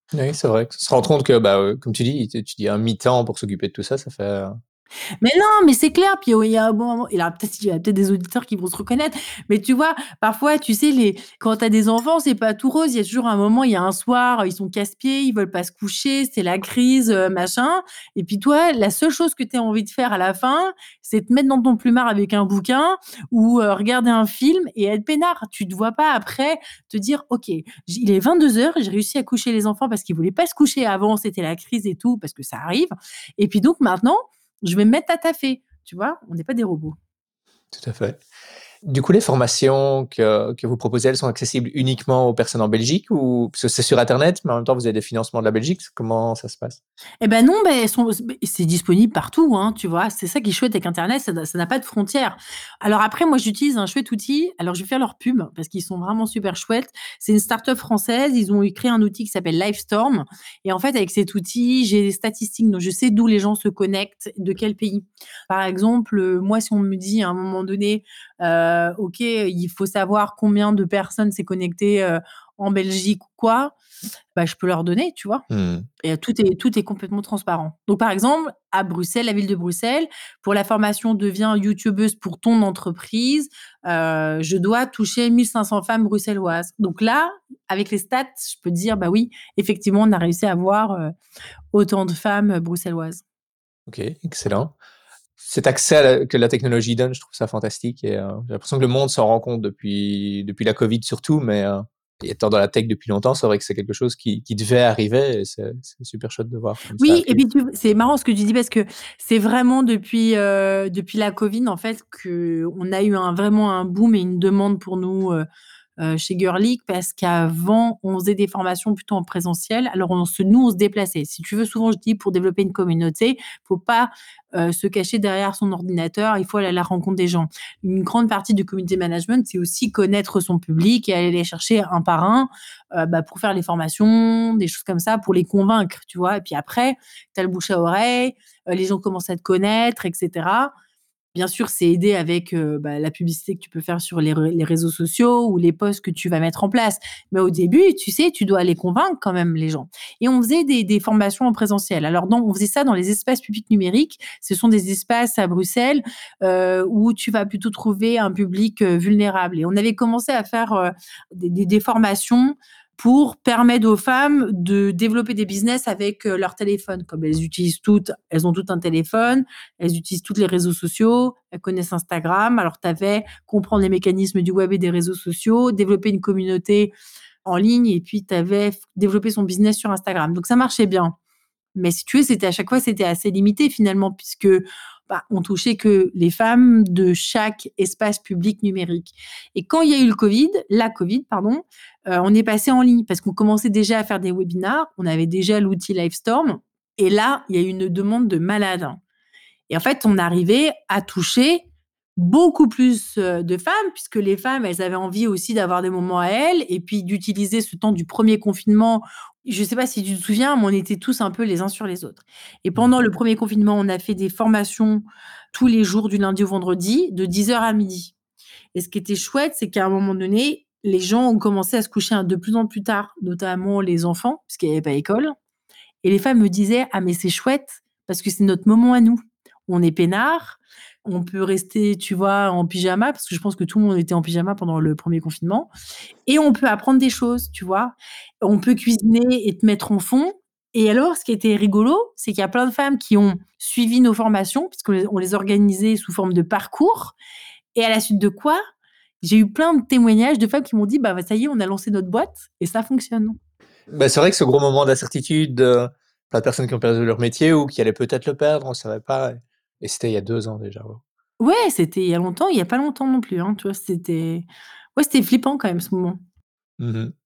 Oui, c'est vrai. Se rendre compte que, bah, heu, comme tu dis, tu tu dis un mi-temps pour s'occuper de tout ça, ça fait, heu Mais non, mais c'est clair, puis, heu, il y a un bon moment, il y aura peut-être il y a peut-être des auditeurs qui vont se reconnaître, mais tu vois, parfois, tu sais, les quand tu as des enfants, c'est pas tout rose. Il y a toujours un moment, il y a un soir, ils sont casse-pieds, ils veulent pas se coucher, c'est la crise, heu, machin et puis toi, la seule chose que tu as envie de faire à la fin, c'est te mettre dans ton plumard avec un bouquin ou, heu, regarder un film et être peinard. Tu te vois pas après te dire: «OK, j il est vingt-deux heures, j'ai réussi à coucher les enfants parce qu'ils voulaient pas se coucher avant, c'était la crise et tout», parce que ça arrive et puis donc maintenant, je vais me mettre à taffer, tu vois? On n'est pas des robots. Tout à fait. Du coup, les formations que que vous proposez, elles sont accessibles uniquement aux personnes en Belgique ou parce que c'est sur internet, mais en même temps, vous avez des financements de la Belgique, comment ça se passe? Eh ben non, beh, elles sont beh, c'est disponible partout, hein, tu vois? C'est ça qui est chouette avec internet, ça n'a ça n'a pas de frontières. Alors après, moi, j'utilise un chouette outil. Alors, je vais faire leur pub parce qu'ils sont vraiment super chouettes. C'est une start-up française. Ils ont créé un outil qui s'appelle Livestorm et en fait, avec cet outil, j'ai des statistiques, donc je sais d'où les gens se connectent, de quel pays. Par exemple, heu, moi, si on me dit à un moment donné, heu: «OK, il faut savoir combien de personnes s'est connectées, heu, en Belgique ou quoi», bah, je peux leur donner, tu vois? Mmh. Et tout est tout est complètement transparent. Donc par exemple, à Bruxelles, la ville de Bruxelles, pour la formation «Deviens youtubeuse pour ton entreprise», heu, je dois toucher mille cinq cents femmes bruxelloises. Donc là, avec les stats, je peux te dire: «Bah oui, effectivement, on a réussi à avoir, heu, autant de femmes, heu, bruxelloises». OK, excellent. Cet accès à la que la technologie donne, je trouve ça fantastique et heu, j'ai l'impression que le monde s'en rend compte depuis depuis la covid surtout, mais heu, étant dans la tech depuis longtemps, c'est vrai que c'est quelque chose qui qui devait arriver et c'est c'est super chouette de voir comme ça Oui et arrive. puis tu c'est marrant ce que tu dis parce que c'est vraiment depuis, heu, depuis la covid, en fait, qu'on a eu un vraiment un boom et une demande pour nous, heu heu, chez Girlic parce qu'avant, on faisait des formations plutôt en présentiel. Alors on se nous, on se déplaçait. Si tu veux, souvent je dis pour développer une communauté, faut pas, heu, se cacher derrière son ordinateur, il faut aller à la rencontre des gens. Une grande partie du community management, c'est aussi connaître son public et aller les chercher un par un, heu, bah, pour faire les formations, des choses comme ça, pour les convaincre, tu vois? Et puis après, tu as le bouche à oreille, heu, les gens commencent à te connaître et cetera. Bien sûr, c'est aidé avec, heu, bah, la publicité que tu peux faire sur les ré les réseaux sociaux ou les posts que tu vas mettre en place. Mais au début, tu sais, tu dois les convaincre quand même les gens et on faisait des des formations en présentiel. Alors dans on faisait ça dans les espaces publics numériques. Ce sont des espaces à Bruxelles, heu, où tu vas plutôt trouver un public, heu, vulnérable et on avait commencé à faire, heu, des des des formations pour permettre aux femmes de développer des business avec, heu, leur téléphone. Comme elles utilisent toutes elles ont toutes un téléphone, elles utilisent toutes les réseaux sociaux, elles connaissent Instagram. Alors, tu avais comprendre les mécanismes du web et des réseaux sociaux, développer une communauté en ligne et puis tu avais f développer son business sur Instagram. Donc ça marchait bien. Mais si tu veux, c'était à chaque fois, c'était assez limité finalement puisque, bah, on touchait que les femmes de chaque espace public numérique. Et quand il y a eu le Covid, la Covid, pardon, heu, on est passé en ligne parce qu'on commençait déjà à faire des webinars, on avait déjà l'outil Livestorm et là, il y a eu une demande de malade, hein. Et en fait, on arrivait à toucher beaucoup plus, heu, de femmes puisque les femmes, elles avaient envie aussi d'avoir des moments à elles et puis d'utiliser ce temps du premier confinement. Je sais pas si tu te souviens, mais on était tous un peu les uns sur les autres. Et Mmh. pendant le premier confinement, on a fait des formations tous les jours du lundi au vendredi de dix heures à midi. Et ce qui était chouette, c'est qu'à un moment donné, les gens ont commencé à se coucher un de plus en plus tard, notamment les enfants, puisqu'il y avait pas école. Et les femmes me disaient: «Ah mais c'est chouette parce que c'est notre moment à nous. On est peinards, on peut rester, tu vois, en pyjama», parce que je pense que tout le monde était en pyjama pendant le premier confinement et on peut apprendre des choses, tu vois? On peut cuisiner et te mettre en fond et alors ce qui était rigolo, c'est qu'il y a plein de femmes qui ont suivi nos formations puisqu'on les on les organisait sous forme de parcours et à la suite de quoi, j'ai eu plein de témoignages de femmes qui m'ont dit: «Bah, ça y est, on a lancé notre boîte et ça fonctionne». Bah, c'est vrai que ce gros moment d'incertitude, heu, plein de personnes qui ont perdu leur métier ou qui allaient peut-être le perdre, on savait pas et et c'était il y a deux ans déjà, ouais. Ouais, c'était il y a longtemps, il y a pas longtemps non plus, hein, tu vois? C'était ouais, c'était flippant quand même ce moment. Mmh mh.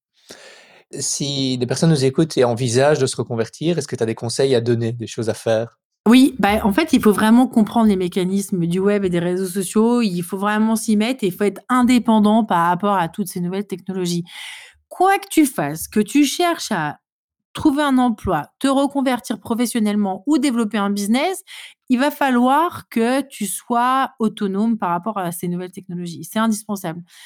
Si des personnes nous écoutent et envisagent de se reconvertir, est-ce que tu as des conseils à donner, des choses à faire? Oui, bah, en fait, il faut vraiment comprendre les mécanismes du web et des réseaux sociaux. Il faut vraiment s'y mettre et il faut être indépendant par rapport à toutes ces nouvelles technologies. Quoi que tu fasses, que tu cherches à trouver un emploi, te reconvertir professionnellement ou développer un business, il va falloir que tu sois autonome par rapport à ces nouvelles technologies. C'est indispensable.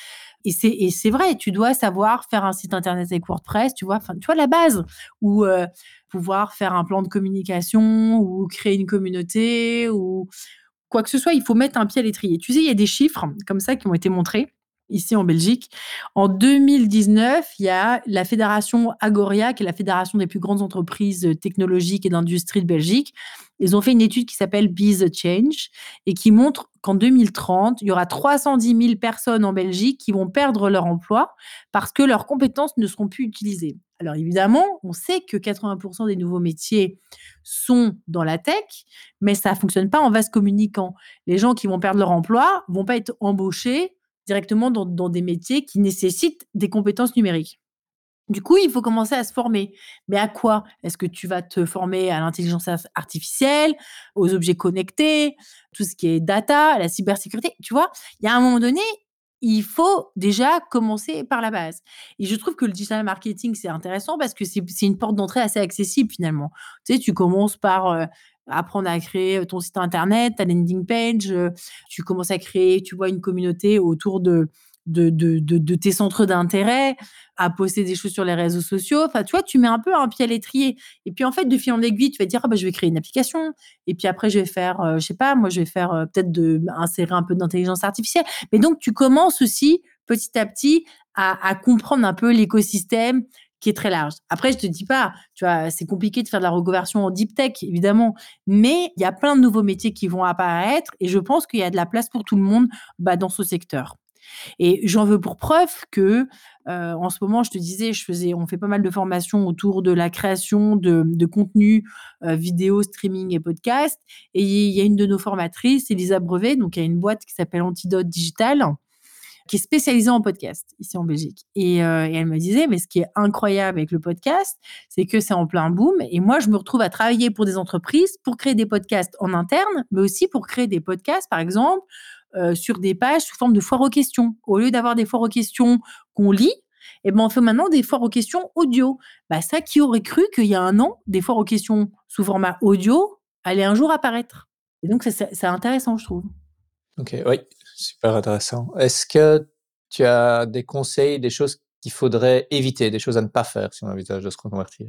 et c'est et c'est vrai, tu dois savoir faire un site internet avec WordPress, tu vois? Enfin, tu vois la base ou heu, pouvoir faire un plan de communication ou créer une communauté ou quoi que ce soit, il faut mettre un pied à l'étrier. Tu sais, il y a des chiffres comme ça qui ont été montrés ici en Belgique. En deux mille dix-neuf, il y a la fédération Agoria, qui est la fédération des plus grandes entreprises technologiques et d'industrie de Belgique. Ils ont fait une étude qui s'appelle Be the Change et qui montre qu'en deux mille trente, il y aura trois cent dix mille personnes en Belgique qui vont perdre leur emploi parce que leurs compétences ne seront plus utilisées. Alors évidemment, on sait que quatre-vingts pour cent des nouveaux métiers sont dans la tech, mais ça fonctionne pas en vase communicant. Les gens qui vont perdre leur emploi vont pas être embauchés directement dans dans des métiers qui nécessitent des compétences numériques. Du coup, il faut commencer à se former. Mais à quoi? Est-ce que tu vas te former à l'intelligence ar artificielle, aux objets connectés, tout ce qui est data, à la cybersécurité? Tu vois? Il y a un moment donné, il faut déjà commencer par la base et je trouve que le digital marketing, c'est intéressant parce que c'est c'est une porte d'entrée assez accessible finalement. Tu sais, tu commences par, heu, apprendre à créer, ton site internet, ta landing page, heu, tu commences à créer, tu vois, une communauté autour de de de de de tes centres d'intérêt, à poster des choses sur les réseaux sociaux. Enfin, tu vois, tu mets un peu un pied à l'étrier et puis, en fait, de fil en aiguille, tu vas te dire: «Ah bah, je vais créer une application et puis après je vais faire, heu, je sais pas moi, je vais faire, heu, peut-être de insérer un peu d'intelligence artificielle». Mais donc tu commences aussi petit à petit à à comprendre un peu l'écosystème qui est très large. Après, je te dis pas, tu vois, c'est compliqué de faire de la reconversion en deep tech, évidemment, mais il y a plein de nouveaux métiers qui vont apparaître et je pense qu'il y a de la place pour tout le monde, bah, dans ce secteur. Et j'en veux pour preuve que, heu, en ce moment, je te disais, je faisais on fait pas mal de formations autour de la création de de contenus, heu, vidéo, streaming et podcast et il y a une de nos formatrices, Elisa Brevet, donc il y a une boîte qui s'appelle Antidote Digital, qui est spécialisée en podcast ici en Belgique et heu, et elle me disait: «Mais ce qui est incroyable avec le podcast, c'est que c'est en plein boom et moi, je me retrouve à travailler pour des entreprises pour créer des podcasts en interne, mais aussi pour créer des podcasts, par exemple, heu, sur des pages sous forme de foires aux questions. Au lieu d'avoir des foires aux questions qu'on lit et ben, on fait maintenant des foires aux questions audio. Bah, ça, qui aurait cru qu'il y a un an, des foires aux questions sous format audio allaient un jour apparaître? Et donc c'est c'est c'est intéressant, je trouve. OK, oui, super intéressant. Est-ce que tu as des conseils, des choses qu'il faudrait éviter, des choses à ne pas faire si on envisage de se reconvertir?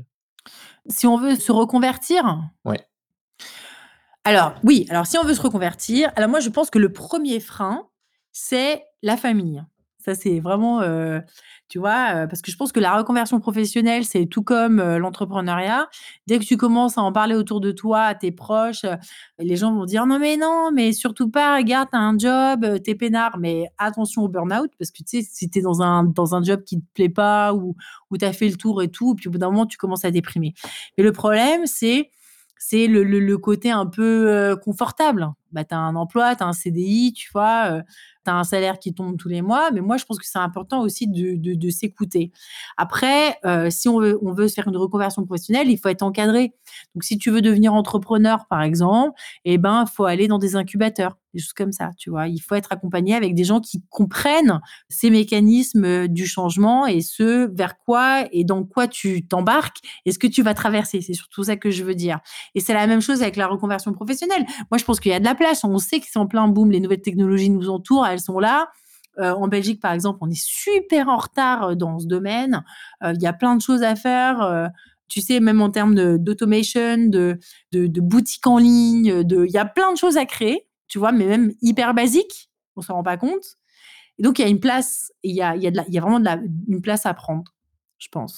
Si on veut se reconvertir? Ouais. Alors oui, alors si on veut se reconvertir, alors moi je pense que le premier frein, c'est la famille. Ça c'est vraiment, heu, tu vois, heu, parce que je pense que la reconversion professionnelle, c'est tout comme, heu, l'entrepreneuriat. Dès que tu commences à en parler autour de toi, à tes proches, heu, les gens vont dire: «Non mais non, mais surtout pas, regarde, tu as un job, heu, tu es peinard». Mais attention au burn-out parce que tu sais, si tu es dans un dans un job qui te plaît pas ou ou tu as fait le tour et tout, puis au bout d'un moment, tu commences à déprimer. Mais le problème, c'est c'est le le le côté un peu, heu, confortable. Bah, tu as un emploi, tu as un C D I, tu vois? Heu, tu as un salaire qui tombe tous les mois, mais moi je pense que c'est important aussi de de de s'écouter. Après, heu, si on veut on veut se faire une reconversion professionnelle, il faut être encadré. Donc si tu veux devenir entrepreneur, par exemple, et ben, faut aller dans des incubateurs, des choses comme ça, tu vois? Il faut être accompagné avec des gens qui comprennent ces mécanismes, heu, du changement et ce vers quoi et dans quoi tu t'embarques et ce que tu vas traverser. C'est surtout ça que je veux dire. Et c'est la même chose avec la reconversion professionnelle. Moi, je pense qu'il y a de la place. On sait que c'est en plein boom. Les nouvelles technologies nous entourent, elles sont là. Heu, en Belgique, par exemple, on est super en retard, heu, dans ce domaine. Heu, il y a plein de choses à faire, heu, tu sais, même en termes de d'automation, de de de boutiques en ligne, de il y a plein de choses à créer, tu vois? Mais même hyper basiques, on s'en rend pas compte. Et donc il y a une place, il y a il y a de la il y a vraiment de la une place à prendre, je pense.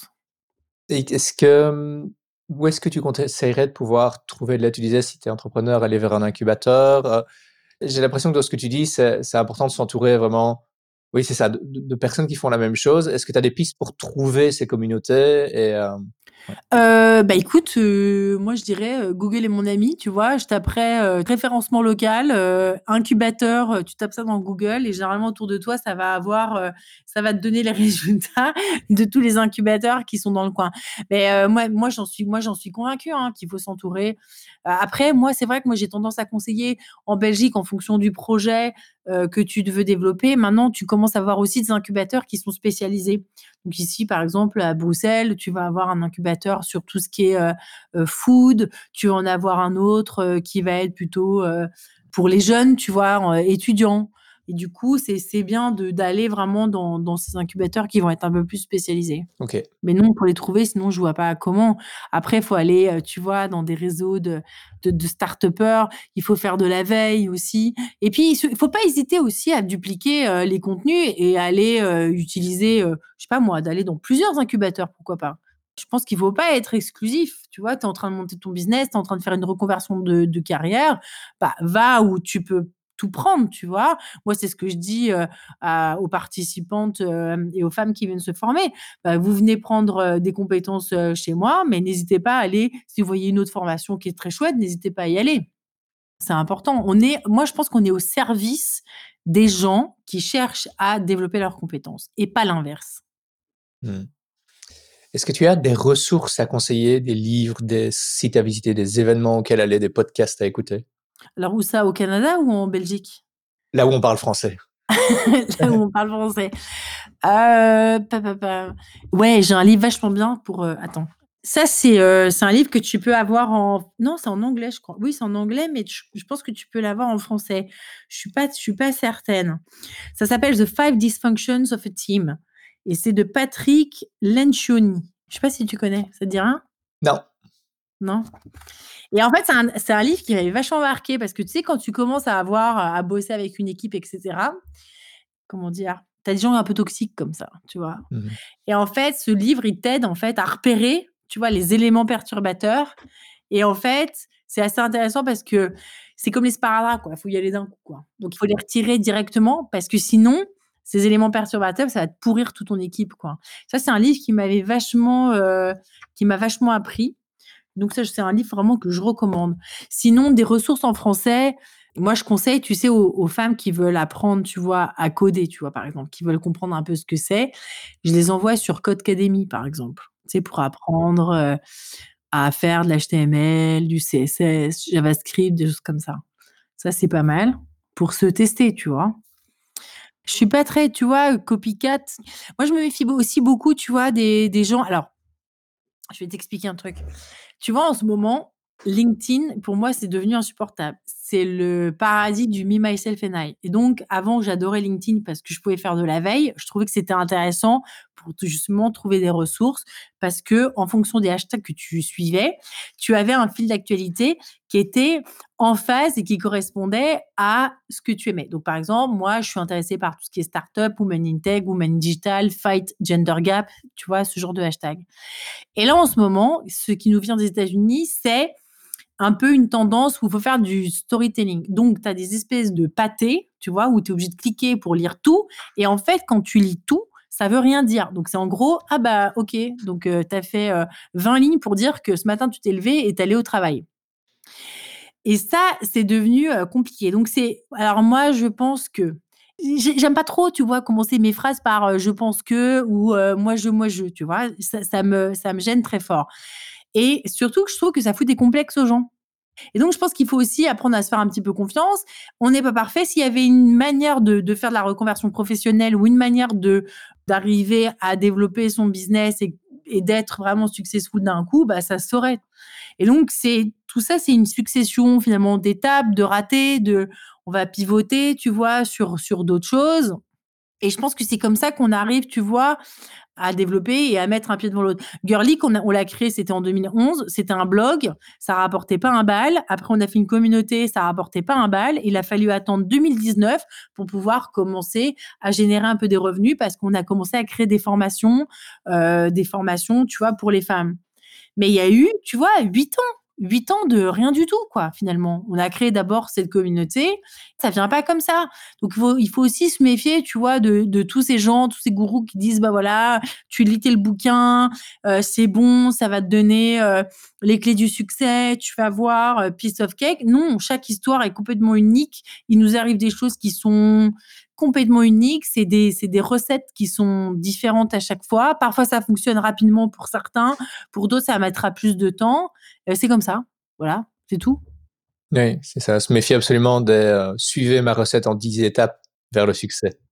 Et est-ce que, mmh, où est-ce que tu conseillerais de pouvoir trouver de l'aide? Tu disais si tu es entrepreneur, aller vers un incubateur, heu, j'ai l'impression que dans ce que tu dis, c'est c'est important de s'entourer vraiment oui, c'est ça, de de de personnes qui font la même chose. Est-ce que tu as des pistes pour trouver ces communautés et hem, ouais. Heu, bah, écoute, heu, moi je dirais, heu, Google est mon ami, tu vois? Je taperais, heu, référencement local, heu, incubateur, heu, tu tapes ça dans Google et généralement autour de toi, ça va avoir, heu, ça va te donner les résultats de tous les incubateurs qui sont dans le coin. Mais, heu, moi moi j'en suis moi j'en suis convaincue, hein, qu'il faut s'entourer. Heu, après moi, c'est vrai que moi j'ai tendance à conseiller en Belgique en fonction du projet, heu, que tu veux développer. Maintenant, tu commences à avoir aussi des incubateurs qui sont spécialisés. Donc ici, par exemple, à Bruxelles, tu vas avoir un incubateur sur tout ce qui est, heu heu, food. Tu vas en avoir un autre, heu, qui va être plutôt, heu, pour les jeunes, tu vois? En étudiants. Et du coup, c'est c'est bien de d'aller vraiment dans dans ces incubateurs qui vont être un peu plus spécialisés. OK. Mais non, pour les trouver, sinon je vois pas comment. Après, il faut aller, heu, tu vois, dans des réseaux de de de start-upers, il faut faire de la veille aussi et puis il se il faut pas hésiter aussi à dupliquer, heu, les contenus et aller, heu, utiliser, heu, je sais pas moi, d'aller dans plusieurs incubateurs, pourquoi pas. Je pense qu'il faut pas être exclusif, tu vois? Tu es en train de monter ton business, tu es en train de faire une reconversion de de carrière, bah, va où tu peux tout prendre, tu vois? Moi, c'est ce que je dis, heu, à aux participantes, hem, et aux femmes qui viennent se former. Bah, vous venez prendre, heu, des compétences, heu, chez moi, mais n'hésitez pas à aller si vous voyez une autre formation qui est très chouette, n'hésitez pas à y aller. C'est important. On est moi, je pense qu'on est au service des gens qui cherchent à développer leurs compétences et pas l'inverse. Mmh. Est-ce que tu as des ressources à conseiller, des livres, des sites à visiter, des événements auxquels aller, des podcasts à écouter? Alors où ça, au Canada ou en Belgique? Là où on parle français. Là où on parle français. Heu, pa pa pa ouais, j'ai un livre vachement bien pour, heu attends. Ça, c'est, heu, c'est un livre que tu peux avoir en non, c'est en anglais, je crois. Oui, c'est en anglais, mais tu je pense que tu peux l'avoir en français. Je suis pas je suis pas certaine. Ça s'appelle The Five Dysfunctions of a Team et c'est de Patrick Lencioni. Je sais pas si tu connais, ça te dit rien? Non. Non? Et en fait, c'est un c'est un livre qui m'avait vachement marqué parce que tu sais, quand tu commences à avoir à bosser avec une équipe et cetera, comment dire? Tu as des gens un peu toxiques comme ça, tu vois? Mmh mh. Et en fait, ce livre, il t'aide en fait à repérer, tu vois, les éléments perturbateurs et en fait, c'est assez intéressant parce que c'est comme les sparadraps, quoi, il faut y aller d'un coup, quoi. Donc il faut les retirer directement parce que sinon, ces éléments perturbateurs, ça va te pourrir toute ton équipe, quoi. Ça, c'est un livre qui m'avait vachement, heu, qui m'a vachement appris. Donc ça, c'est un livre vraiment que je recommande. Sinon, des ressources en français, moi, je conseille, tu sais, aux aux femmes qui veulent apprendre, tu vois, à coder, tu vois, par exemple, qui veulent comprendre un peu ce que c'est, je les envoie sur Codecademy, par exemple. Tu sais, pour apprendre, heu, à faire de l'H T M L, du C S S, JavaScript, des choses comme ça. Ça, c'est pas mal pour se tester, tu vois? Je suis pas très, tu vois, heu, copycat. Moi, je me méfie beau aussi beaucoup, tu vois, des des gens alors, je vais t'expliquer un truc. Tu vois, en ce moment, LinkedIn, pour moi, c'est devenu insupportable. C'est le paradis du me, myself and I. Et donc, avant, j'adorais LinkedIn parce que je pouvais faire de la veille. Je trouvais que c'était intéressant pour t justement trouver des ressources parce que, en fonction des hashtags que tu suivais, tu avais un fil d'actualité qui était en phase et qui correspondait à ce que tu aimais. Donc, par exemple, moi, je suis intéressée par tout ce qui est start-up, women in tech, women digital, fight gender gap, tu vois, ce genre de hashtag. Et là, en ce moment, ce qui nous vient des États-Unis, c'est un peu une tendance où il faut faire du storytelling. Donc, tu as des espèces de pâtés, tu vois, où tu es obligé de cliquer pour lire tout. Et en fait, quand tu lis tout, ça veut rien dire. Donc, c'est en gros, ah bah, ok, donc euh, tu as fait euh, vingt lignes pour dire que ce matin, tu t'es levé et tu allé au travail. Et ça, c'est devenu euh, compliqué. Donc, c'est. Alors, moi, je pense que. j'ai- J'aime pas trop, tu vois, commencer mes phrases par euh, je pense que ou euh, moi je, moi je, tu vois, ça, ça me, ça me gêne très fort. Et surtout que je trouve que ça fout des complexes aux gens. Et donc, je pense qu'il faut aussi apprendre à se faire un petit peu confiance. On n'est pas parfait. S'il y avait une manière de, de faire de la reconversion professionnelle ou une manière de d'arriver à développer son business et, et d'être vraiment successful d'un coup, bah, ça se saurait. Et donc, c'est tout ça, c'est une succession finalement d'étapes, de ratés, de on va pivoter, tu vois, sur, sur d'autres choses. Et je pense que c'est comme ça qu'on arrive, tu vois, à développer et à mettre un pied devant l'autre. Girlic, on, a- on l'a créé, c'était en deux mille onze. C'était un blog, ça rapportait pas un bal. Après, on a fait une communauté, ça rapportait pas un bal. Il a fallu attendre deux mille dix-neuf pour pouvoir commencer à générer un peu des revenus parce qu'on a commencé à créer des formations, euh, des formations, tu vois, pour les femmes. Mais il y a eu, tu vois, huit ans. huit ans de rien du tout, quoi, finalement. On a créé d'abord cette communauté. Ça vient pas comme ça. Donc, il faut, il faut aussi se méfier, tu vois, de, de tous ces gens, tous ces gourous qui disent, bah voilà, tu lis tel bouquin, euh, c'est bon, ça va te donner euh, les clés du succès, tu vas voir, euh, piece of cake. Non, chaque histoire est complètement unique. Il nous arrive des choses qui sont complètement uniques. C'est des, c'est des recettes qui sont différentes à chaque fois. Parfois, ça fonctionne rapidement pour certains. Pour d'autres, ça mettra plus de temps. Heu, c'est comme ça. Voilà, c'est tout. Oui, c'est ça. Se méfier absolument des, heu, suivez ma recette en dix étapes vers le succès.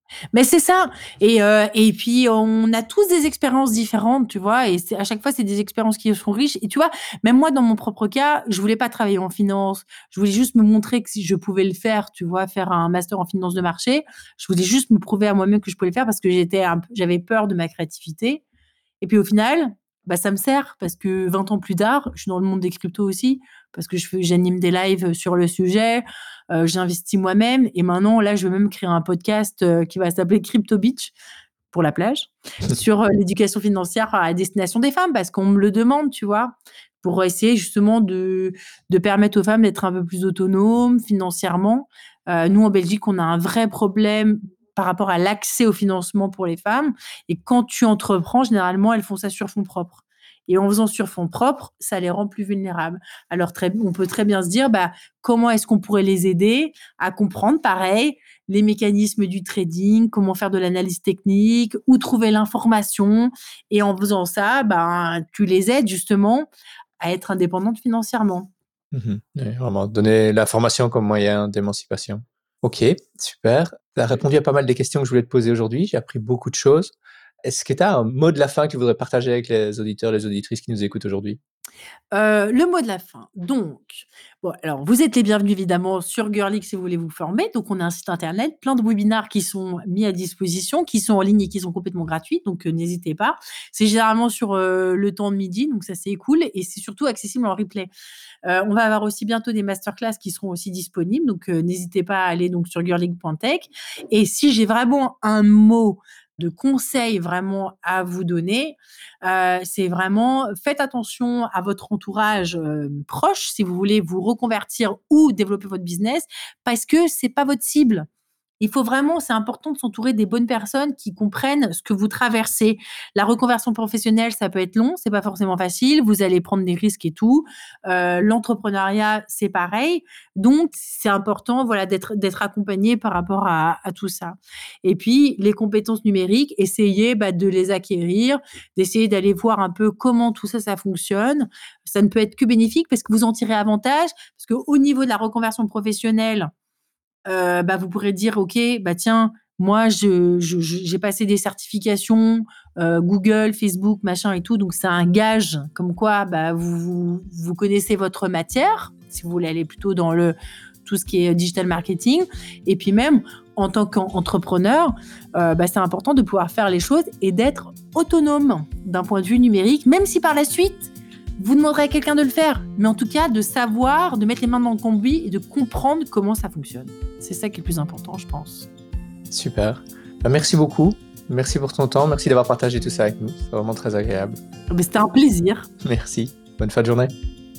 Mais c'est ça et heu et puis on a tous des expériences différentes, tu vois? Et c'est à chaque fois, c'est des expériences qui sont riches et tu vois? Même moi, dans mon propre cas, je voulais pas travailler en finance. Je voulais juste me montrer que si je pouvais le faire, tu vois? Faire un master en finance de marché. Je voulais juste me prouver à moi-même que je pouvais le faire parce que j'étais un p j'avais peur de ma créativité et puis au final, bah, ça me sert parce que vingt ans plus tard, je suis dans le monde des cryptos aussi, parce que je fais j'anime des lives sur le sujet, heu, j'investis moi-même et maintenant là, je veux même créer un podcast, heu, qui va s'appeler Crypto Beach, pour la plage, sur, heu, l'éducation financière à destination des femmes parce qu'on me le demande, tu vois? Pour essayer justement de de permettre aux femmes d'être un peu plus autonomes financièrement. Heu, nous, en Belgique, on a un vrai problème par rapport à l'accès au financement pour les femmes et quand tu entreprends, généralement, elles font ça sur fonds propres et en faisant sur fonds propres, ça les rend plus vulnérables. Alors très on peut très bien se dire, bah, comment est-ce qu'on pourrait les aider à comprendre, pareil, les mécanismes du trading, comment faire de l'analyse technique, où trouver l'information et en faisant ça, ben, tu les aides justement à être indépendantes financièrement. Mmh. Ouais, vraiment donner la formation comme moyen d'émancipation. OK, super. Tu as répondu à pas mal des questions que je voulais te poser aujourd'hui. J'ai appris beaucoup de choses. Est-ce que tu as un mot de la fin que tu voudrais partager avec les auditeurs, les auditrices qui nous écoutent aujourd'hui? Heu, le mot de la fin, donc, bon, alors vous êtes les bienvenus évidemment sur Girlix si vous voulez vous former. Donc on a un site internet, plein de webinars qui sont mis à disposition, qui sont en ligne et qui sont complètement gratuits, donc heu, n'hésitez pas. C'est généralement sur, heu, le temps de midi, donc ça c'est cool et c'est surtout accessible en replay. Heu, on va avoir aussi bientôt des masterclass qui seront aussi disponibles, donc heu, n'hésitez pas à aller donc sur girlix point tech et si j'ai vraiment un mot de conseil vraiment à vous donner, heu, c'est vraiment faites attention à votre entourage, heu, proche si vous voulez vous reconvertir ou développer votre business parce que c'est pas votre cible. Il faut vraiment c'est important de s'entourer des bonnes personnes qui comprennent ce que vous traversez. La reconversion professionnelle, ça peut être long, c'est pas forcément facile, vous allez prendre des risques et tout. Heu, l'entrepreneuriat, c'est pareil. Donc c'est important, voilà, d'être d'être accompagné par rapport à à tout ça. Et puis les compétences numériques, essayez, bah, de les acquérir, d'essayer d'aller voir un peu comment tout ça, ça fonctionne. Ça ne peut être que bénéfique parce que vous en tirez avantage, parce qu'au niveau de la reconversion professionnelle, Heu, bah, vous pourrez dire: «OK, bah, tiens, moi je je je j'ai passé des certifications, heu, Google, Facebook, machin et tout», donc c'est un gage comme quoi, bah, vous vous vous connaissez votre matière, si vous voulez aller plutôt dans le tout ce qui est digital marketing et puis même en tant qu'entrepreneur, heu, bah, c'est important de pouvoir faire les choses et d'être autonome d'un point de vue numérique, même si par la suite vous demanderez à quelqu'un de le faire, mais en tout cas de savoir, de mettre les mains dans le cambouis et de comprendre comment ça fonctionne. C'est ça qui est le plus important, je pense. Super. Bah, merci beaucoup. Merci pour ton temps. Merci d'avoir partagé tout ça avec nous. C'est vraiment très agréable. Mais c'était un plaisir. Merci. Bonne fin de journée.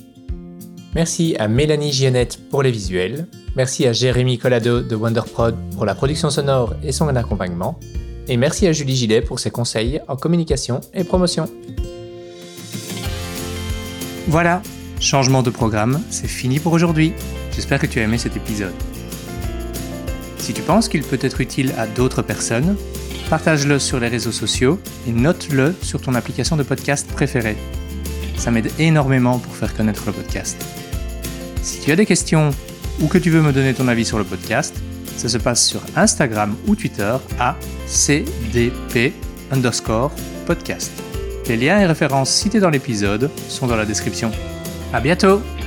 Merci à Mélanie Giannette pour les visuels. Merci à Jérémy Collado de Wonderprod pour la production sonore et son accompagnement. Et merci à Julie Gillet pour ses conseils en communication et promotion. Voilà, changement de programme, c'est fini pour aujourd'hui. J'espère que tu as aimé cet épisode. Si tu penses qu'il peut être utile à d'autres personnes, partage-le sur les réseaux sociaux et note-le sur ton application de podcast préférée. Ça m'aide énormément pour faire connaître le podcast. Si tu as des questions ou que tu veux me donner ton avis sur le podcast, ça se passe sur Instagram ou Twitter à cdp underscore podcast. Les liens et références cités dans l'épisode sont dans la description. À bientôt!